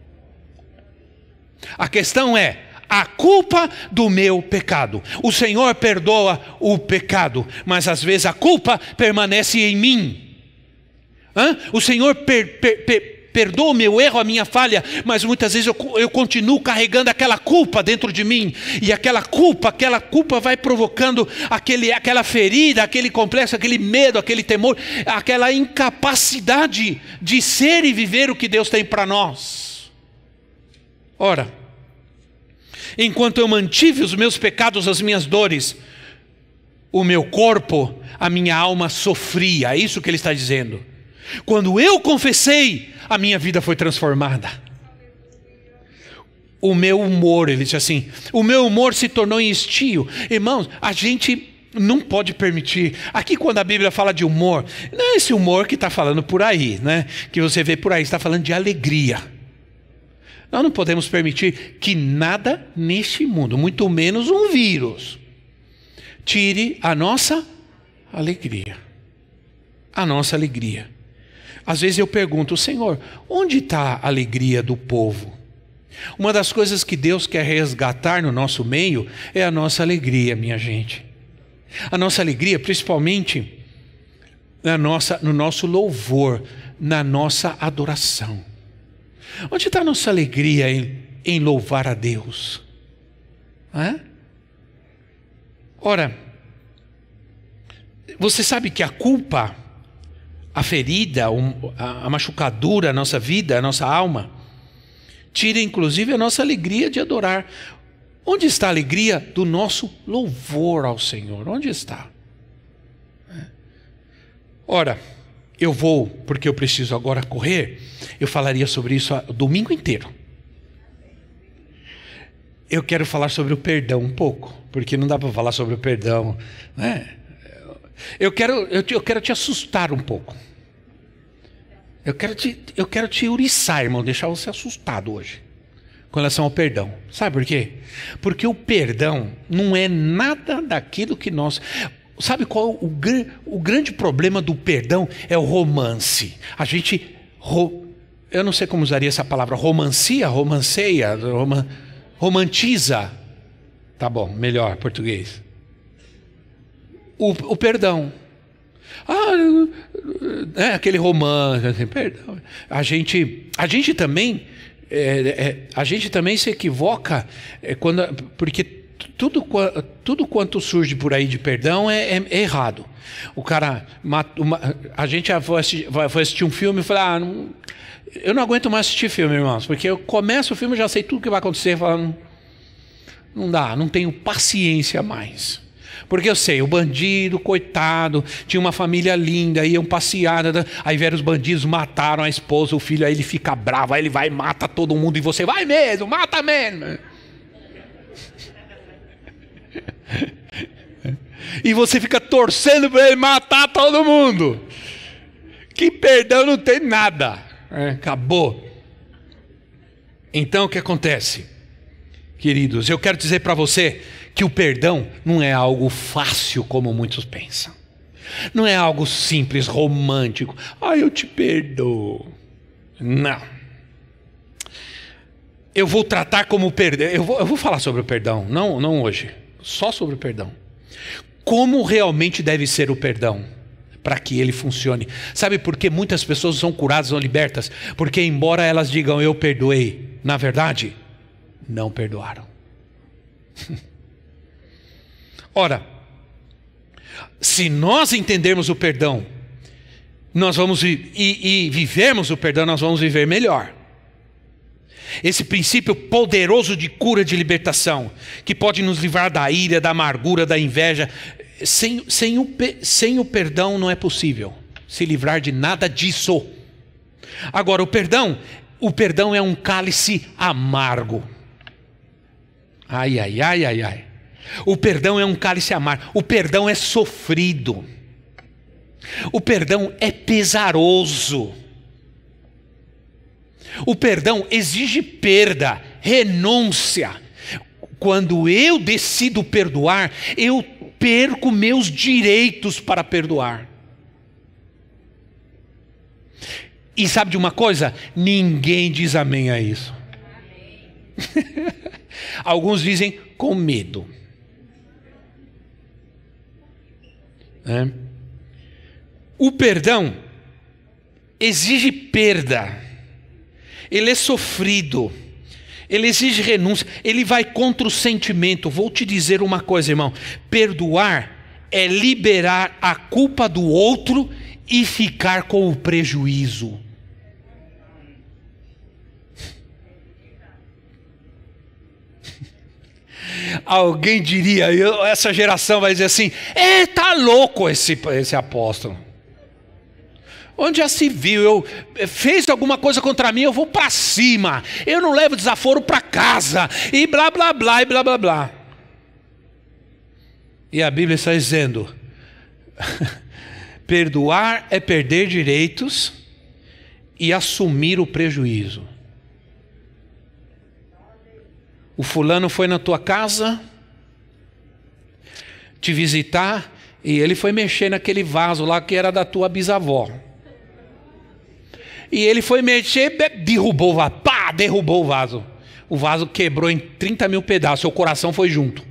A questão é a culpa do meu pecado. O Senhor perdoa o pecado, mas às vezes a culpa permanece em mim. O Senhor perdoa o meu erro, a minha falha, mas muitas vezes eu continuo carregando aquela culpa dentro de mim, e aquela culpa vai provocando aquela ferida, aquele complexo, aquele medo, aquele temor, aquela incapacidade de ser e viver o que Deus tem para nós. Ora, enquanto eu mantive os meus pecados, as minhas dores, o meu corpo, a minha alma sofria. É isso que ele está dizendo. Quando eu confessei, a minha vida foi transformada. O meu humor, ele disse assim, o meu humor se tornou em estio. Irmãos, a gente não pode permitir. Aqui quando a Bíblia fala de humor, não é esse humor que está falando por aí, né? Que você vê por aí, está falando de alegria. Nós não podemos permitir que nada neste mundo, muito menos um vírus, tire a nossa alegria. A nossa alegria. Às vezes eu pergunto, Senhor, onde está a alegria do povo? Uma das coisas que Deus quer resgatar no nosso meio é a nossa alegria, minha gente. A nossa alegria, principalmente no nosso louvor, na nossa adoração. Onde está a nossa alegria em louvar a Deus? Ora, você sabe que a culpa, a ferida, a machucadura, a nossa vida, a nossa alma, tira inclusive a nossa alegria de adorar. Onde está a alegria do nosso louvor ao Senhor? Onde está? Ora, eu vou, porque eu preciso agora correr, eu falaria sobre isso o domingo inteiro. Eu quero falar sobre o perdão um pouco, porque não dá para falar sobre o perdão, né? Eu quero te assustar um pouco. Eu quero te uriçar, irmão, deixar você assustado hoje com relação ao perdão. Sabe por quê? Porque o perdão não é nada daquilo que nós... Sabe qual o grande problema do perdão? É o romance. A gente, eu não sei como usaria essa palavra, romancia, romantiza. Tá bom, melhor português. O perdão. Aquele romance, assim, perdão. A gente também se equivoca porque tudo quanto surge por aí de perdão é errado. O cara a gente vai assistir um filme e fala, eu não aguento mais assistir filme, irmãos, porque eu começo o filme e já sei tudo que vai acontecer, falo, não dá, não tenho paciência mais. Porque eu sei, o bandido, coitado, tinha uma família linda, iam passear, aí vieram os bandidos, mataram a esposa, o filho, aí ele fica bravo, aí ele vai e mata todo mundo, e você vai mesmo, mata mesmo. E você fica torcendo para ele matar todo mundo. Que perdão não tem nada. Acabou. Então o que acontece? Queridos, eu quero dizer para você que o perdão não é algo fácil como muitos pensam. Não é algo simples, romântico. Eu te perdoo. Não. Eu vou tratar como perdão. Eu vou falar sobre o perdão, não hoje. Só sobre o perdão. Como realmente deve ser o perdão para que ele funcione. Sabe por que muitas pessoas são curadas ou libertas? Porque embora elas digam eu perdoei, na verdade, não perdoaram. Ora, se nós entendermos o perdão, nós vamos e vivermos o perdão, nós vamos viver melhor. Esse princípio poderoso de cura, de libertação, que pode nos livrar da ira, da amargura, da inveja. Sem o perdão não é possível se livrar de nada disso. Agora, o perdão é um cálice amargo. Ai. O perdão é um cálice amargo. O perdão é sofrido. O perdão é pesaroso. O perdão exige perda, renúncia. Quando eu decido perdoar, eu perco meus direitos para perdoar. E sabe de uma coisa? Ninguém diz amém a isso. Alguns dizem com medo. O perdão exige perda. Ele é sofrido, ele exige renúncia, ele vai contra o sentimento. Vou te dizer uma coisa, irmão: perdoar é liberar a culpa do outro e ficar com o prejuízo. Alguém diria, essa geração vai dizer assim: tá louco esse apóstolo. Onde já se viu, fez alguma coisa contra mim, eu vou para cima. Eu não levo desaforo para casa. E blá, blá, blá, e blá, blá, blá. E a Bíblia está dizendo, perdoar é perder direitos e assumir o prejuízo. O fulano foi na tua casa te visitar e ele foi mexer naquele vaso lá que era da tua bisavó. E ele foi mexer, derrubou o vaso. Pá, derrubou o vaso. O vaso quebrou em 30 mil pedaços. Seu coração foi junto.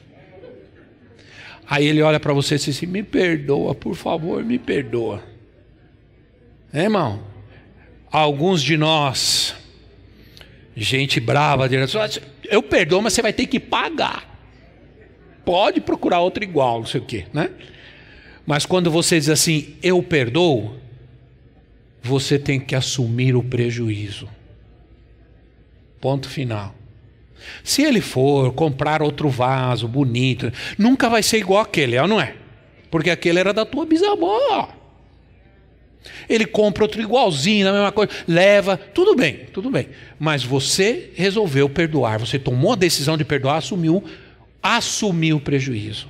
Aí ele olha para você e diz assim, me perdoa, por favor, me perdoa. Irmão, alguns de nós, gente brava, eu perdoo, mas você vai ter que pagar. Pode procurar outro igual, não sei o quê, né? Mas quando você diz assim, eu perdoo, você tem que assumir o prejuízo. Ponto final. Se ele for comprar outro vaso bonito, nunca vai ser igual aquele, não é? Porque aquele era da tua bisavó. Ele compra outro igualzinho, a mesma coisa, leva, tudo bem. Mas você resolveu perdoar, você tomou a decisão de perdoar, assumiu o prejuízo.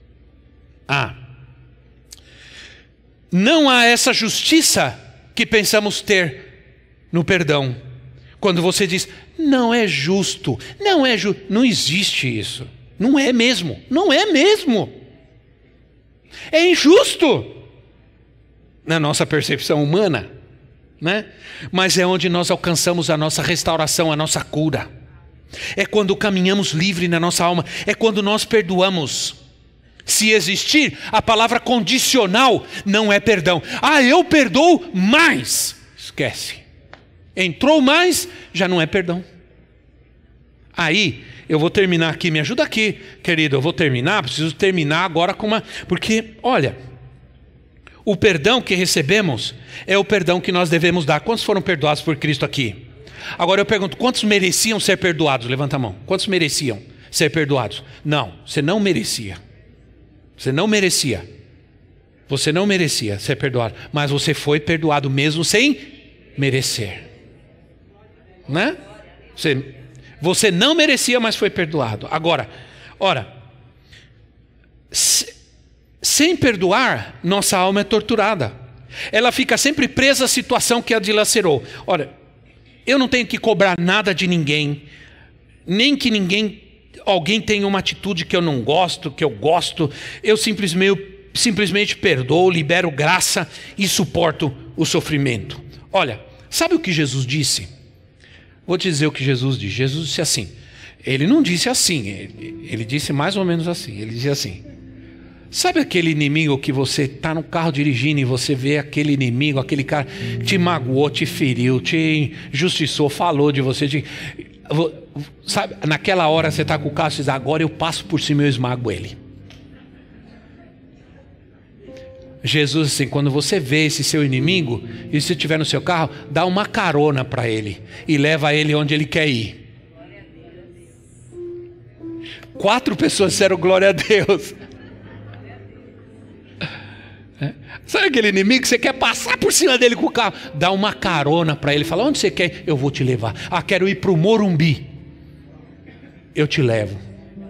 Não há essa justiça que pensamos ter no perdão. Quando você diz, não é justo, não existe isso. Não é mesmo. É injusto. Na nossa percepção humana, né? Mas é onde nós alcançamos a nossa restauração, a nossa cura. É quando caminhamos livre na nossa alma, é quando nós perdoamos. Se existir a palavra condicional, não é perdão. Eu perdoo mais. Esquece. Entrou mais, já não é perdão. Aí, eu vou terminar aqui, me ajuda aqui, querido, eu vou terminar, preciso terminar agora com uma... Porque, olha, o perdão que recebemos é o perdão que nós devemos dar. Quantos foram perdoados por Cristo aqui? Agora eu pergunto, quantos mereciam ser perdoados? Levanta a mão. Quantos mereciam ser perdoados? Não, você não merecia. Você não merecia ser perdoado, mas você foi perdoado mesmo sem merecer, né? Você não merecia, mas foi perdoado. Agora, sem perdoar, nossa alma é torturada. Ela fica sempre presa à situação que a dilacerou. Olha, eu não tenho que cobrar nada de ninguém, nem que alguém tem uma atitude que eu não gosto, que eu gosto, eu simplesmente perdoo, libero graça e suporto o sofrimento. Olha, sabe o que Jesus disse? Vou te dizer o que Jesus disse. Jesus disse assim, ele não disse assim, ele disse mais ou menos assim, ele disse assim, sabe aquele inimigo que você está no carro dirigindo e você vê aquele inimigo, aquele cara que te magoou, te feriu, te injustiçou, falou de você, sabe, naquela hora você está com o carro e diz, agora eu passo por cima e eu esmago ele. Jesus, assim, quando você vê esse seu inimigo, e se estiver no seu carro, dá uma carona para ele e leva ele onde ele quer ir. 4 pessoas disseram glória a Deus. Sabe aquele inimigo que você quer passar por cima dele com o carro? Dá uma carona para ele, fala, onde você quer? Eu vou te levar. Quero ir para o Morumbi. Eu te levo.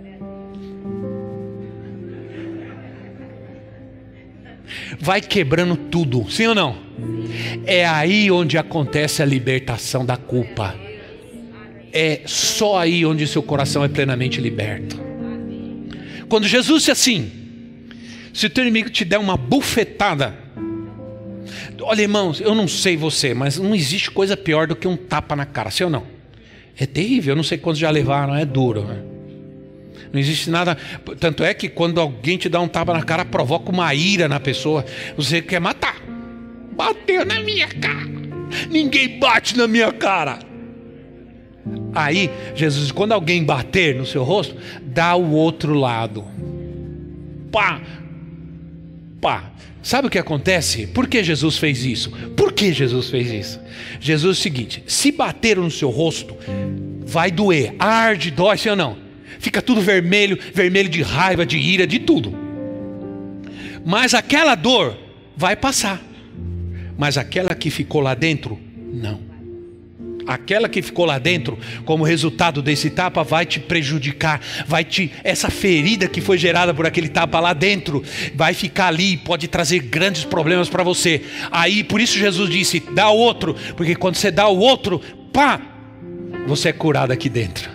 Vai quebrando tudo, sim ou não? É aí onde acontece a libertação da culpa. É só aí onde seu coração é plenamente liberto. Quando Jesus disse assim, se o teu inimigo te der uma bufetada, olha, irmãos, eu não sei você, mas não existe coisa pior do que um tapa na cara, sim ou não? É terrível, eu não sei quantos já levaram, é duro, né? Não existe nada, tanto é que quando alguém te dá um tapa na cara, provoca uma ira na pessoa, você quer matar. Bateu na minha cara, ninguém bate na minha cara. Aí Jesus, quando alguém bater no seu rosto, dá o outro lado. Pá, pá. Sabe o que acontece? Por que Jesus fez isso? Jesus é o seguinte, se bater no seu rosto, vai doer, arde, dói, sim ou não? Fica tudo vermelho, vermelho de raiva, de ira, de tudo. Mas aquela dor vai passar. Mas aquela que ficou lá dentro, não. Aquela que ficou lá dentro, como resultado desse tapa, vai te prejudicar, essa ferida que foi gerada por aquele tapa lá dentro, vai ficar ali, pode trazer grandes problemas para você. Aí, por isso Jesus disse, dá o outro, porque quando você dá o outro, pá, você é curado aqui dentro.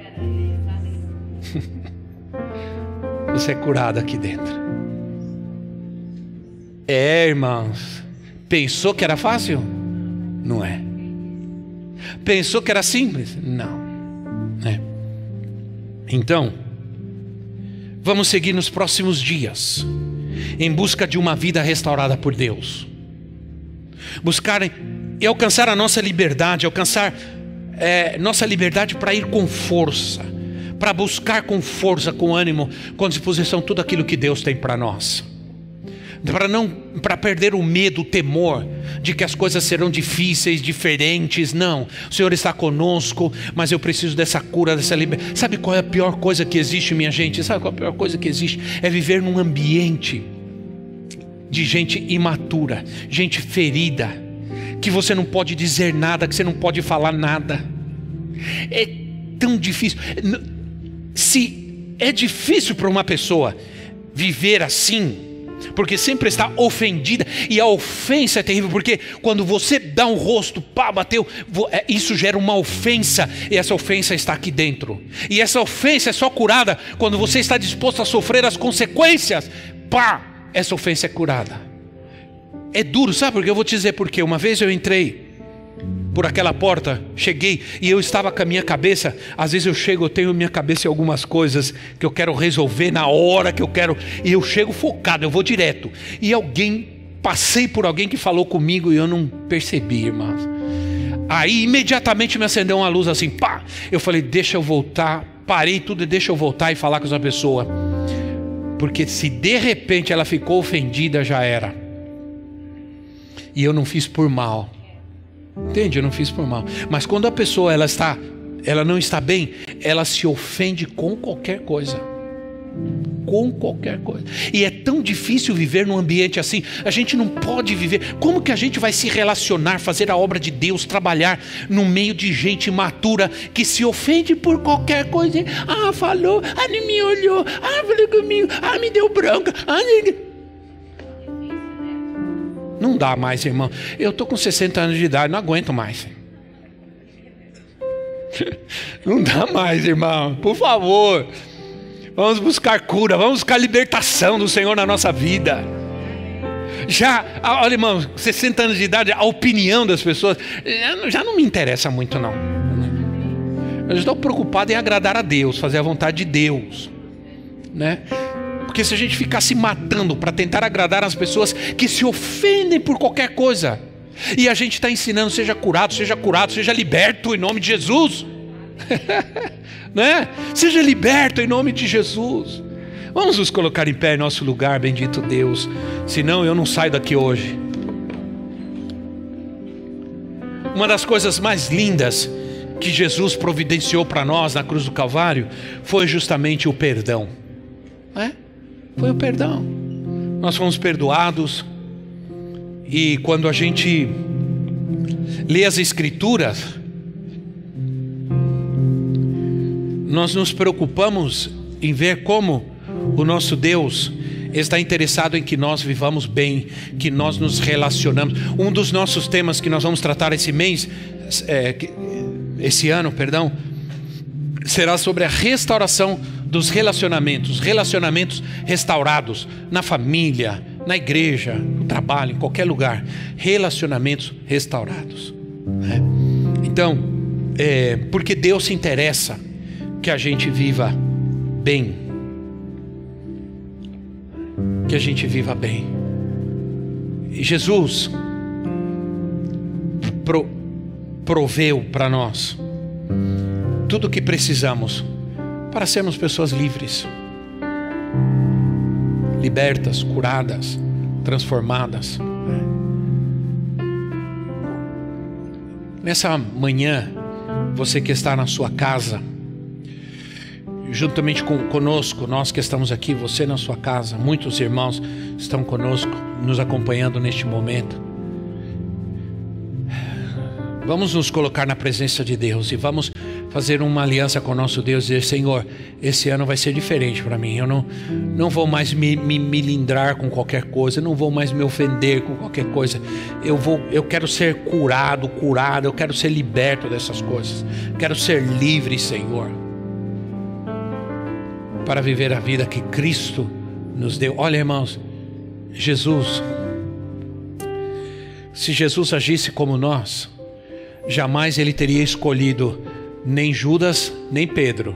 Você é curado aqui dentro. Irmãos, pensou que era fácil? Não é. Pensou que era simples? Não. Então, vamos seguir nos próximos dias em busca de uma vida restaurada por Deus. Buscar e alcançar a nossa liberdade, nossa liberdade para ir com força, para buscar com força, com ânimo, com disposição tudo aquilo que Deus tem para nós. Para perder o medo, o temor de que as coisas serão difíceis, diferentes. Não, o Senhor está conosco, mas eu preciso dessa cura, dessa liberdade. Sabe qual é a pior coisa que existe, minha gente? Sabe qual é a pior coisa que existe? É viver num ambiente de gente imatura, gente ferida, que você não pode dizer nada, que você não pode falar nada. É tão difícil. Se é difícil para uma pessoa viver assim, porque sempre está ofendida, e a ofensa é terrível, porque quando você dá um rosto, pá, bateu, isso gera uma ofensa, e essa ofensa está aqui dentro, e essa ofensa é só curada quando você está disposto a sofrer as consequências, pá, essa ofensa é curada. É duro, sabe? Porque eu vou te dizer porque uma vez eu entrei por aquela porta, cheguei e eu estava com a minha cabeça. Às vezes eu tenho minha cabeça em algumas coisas que eu quero resolver na hora que eu quero, e eu chego focado, eu vou direto. E passei por alguém que falou comigo e eu não percebi, irmãos. Aí imediatamente me acendeu uma luz assim, pá! Eu falei, deixa eu voltar, parei tudo e deixa eu voltar e falar com essa pessoa. Porque se de repente ela ficou ofendida, já era. E eu não fiz por mal. Entende? Eu não fiz por mal. Mas quando a pessoa ela não está bem, ela se ofende com qualquer coisa. Com qualquer coisa. E é tão difícil viver num ambiente assim. A gente não pode viver. Como que a gente vai se relacionar, fazer a obra de Deus, trabalhar no meio de gente imatura que se ofende por qualquer coisa? Ah, falou, ah, não me olhou, ah, falou comigo, ah, me deu bronca, Não dá mais, irmão. Eu estou com 60 anos de idade, não aguento mais. Não dá mais, irmão. Por favor. Vamos buscar cura, vamos buscar libertação do Senhor na nossa vida. Olha, irmão, 60 anos de idade, a opinião das pessoas já não me interessa muito, não. Eu estou preocupado em agradar a Deus, fazer a vontade de Deus, né? Porque se a gente ficar se matando para tentar agradar as pessoas que se ofendem por qualquer coisa, e a gente está ensinando, seja curado, seja liberto em nome de Jesus, né? Seja liberto em nome de Jesus. Vamos nos colocar em pé em nosso lugar, bendito Deus. Senão eu não saio daqui hoje. Uma das coisas mais lindas que Jesus providenciou para nós na cruz do Calvário foi justamente o perdão, né? Foi o perdão. Nós fomos perdoados. E quando a gente lê as Escrituras, nós nos preocupamos em ver como o nosso Deus está interessado em que nós vivamos bem, que nós nos relacionamos. Um dos nossos temas que nós vamos tratar esse ano, será sobre a restauração dos relacionamentos restaurados na família, na igreja, no trabalho, em qualquer lugar. Relacionamentos restaurados, né? Então, porque Deus se interessa que a gente viva bem, que a gente viva bem. E Jesus proveu para nós tudo o que precisamos para sermos pessoas livres, libertas, curadas, transformadas. Nessa manhã, você que está na sua casa, juntamente conosco, nós que estamos aqui, você na sua casa, muitos irmãos estão conosco, nos acompanhando neste momento. Vamos nos colocar na presença de Deus e vamos fazer uma aliança com o nosso Deus e dizer: Senhor, esse ano vai ser diferente para mim. Eu não vou mais me melindrar com qualquer coisa, não vou mais me ofender com qualquer coisa. Eu quero ser curado, eu quero ser liberto dessas coisas. Quero ser livre, Senhor, para viver a vida que Cristo nos deu. Olha, irmãos, se Jesus agisse como nós, jamais ele teria escolhido nem Judas, nem Pedro.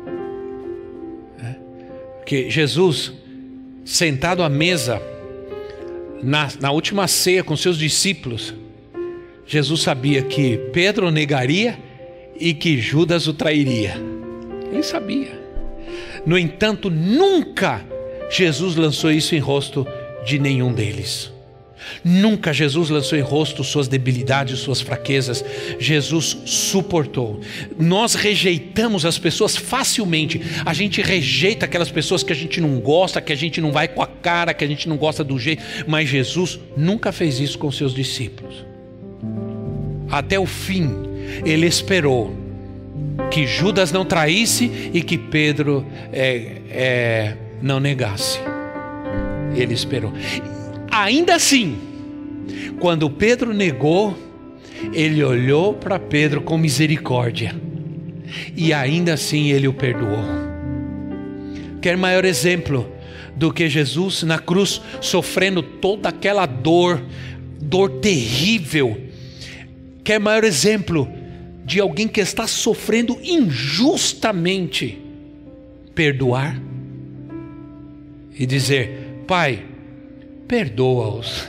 Porque Jesus, sentado à mesa, na última ceia com seus discípulos, Jesus sabia que Pedro negaria e que Judas o trairia. Ele sabia. No entanto, nunca Jesus lançou isso em rosto de nenhum deles. Nunca Jesus lançou em rosto suas debilidades, suas fraquezas. Jesus suportou. Nós rejeitamos as pessoas facilmente. A gente rejeita aquelas pessoas que a gente não gosta, que a gente não vai com a cara, que a gente não gosta do jeito. Mas Jesus nunca fez isso com seus discípulos. Até o fim, ele esperou que Judas não traísse e que Pedro não negasse. Ele esperou. Ainda assim, quando Pedro negou, ele olhou para Pedro com misericórdia e ainda assim ele o perdoou. Quer maior exemplo do que Jesus na cruz sofrendo toda aquela dor terrível? Quer maior exemplo de alguém que está sofrendo injustamente perdoar e dizer: Pai, perdoa-os.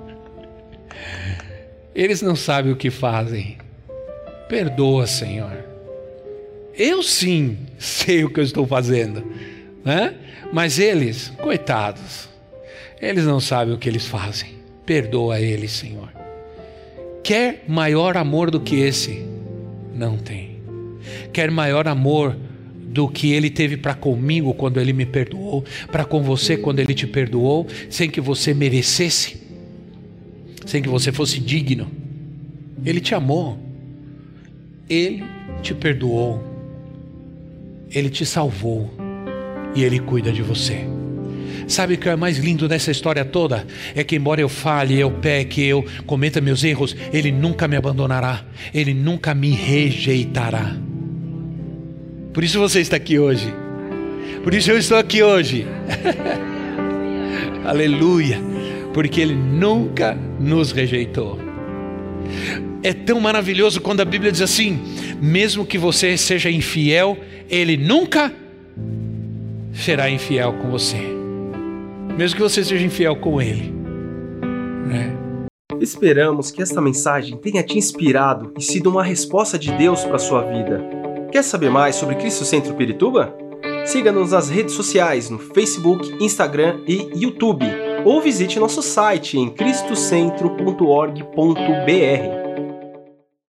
Eles não sabem o que fazem. Perdoa, Senhor. Eu sim sei o que eu estou fazendo, né? Mas eles, coitados, eles não sabem o que eles fazem. Perdoa eles, Senhor. Quer maior amor do que esse? Não tem. Quer maior amor do que ele teve para comigo quando ele me perdoou, para com você quando ele te perdoou, sem que você merecesse, sem que você fosse digno. Ele te amou, ele te perdoou, ele te salvou e ele cuida de você. Sabe o que é mais lindo dessa história toda? É que embora eu falhe, eu peque, eu cometa meus erros, ele nunca me abandonará, ele nunca me rejeitará. Por isso você está aqui hoje. Por isso eu estou aqui hoje. Aleluia. Porque ele nunca nos rejeitou. É tão maravilhoso quando a Bíblia diz assim: mesmo que você seja infiel, ele nunca será infiel com você. Mesmo que você seja infiel com ele, né? Esperamos que esta mensagem tenha te inspirado e sido uma resposta de Deus para a sua vida. Quer saber mais sobre Cristo Centro Pirituba? Siga-nos nas redes sociais no Facebook, Instagram e YouTube, ou visite nosso site em cristocentro.org.br.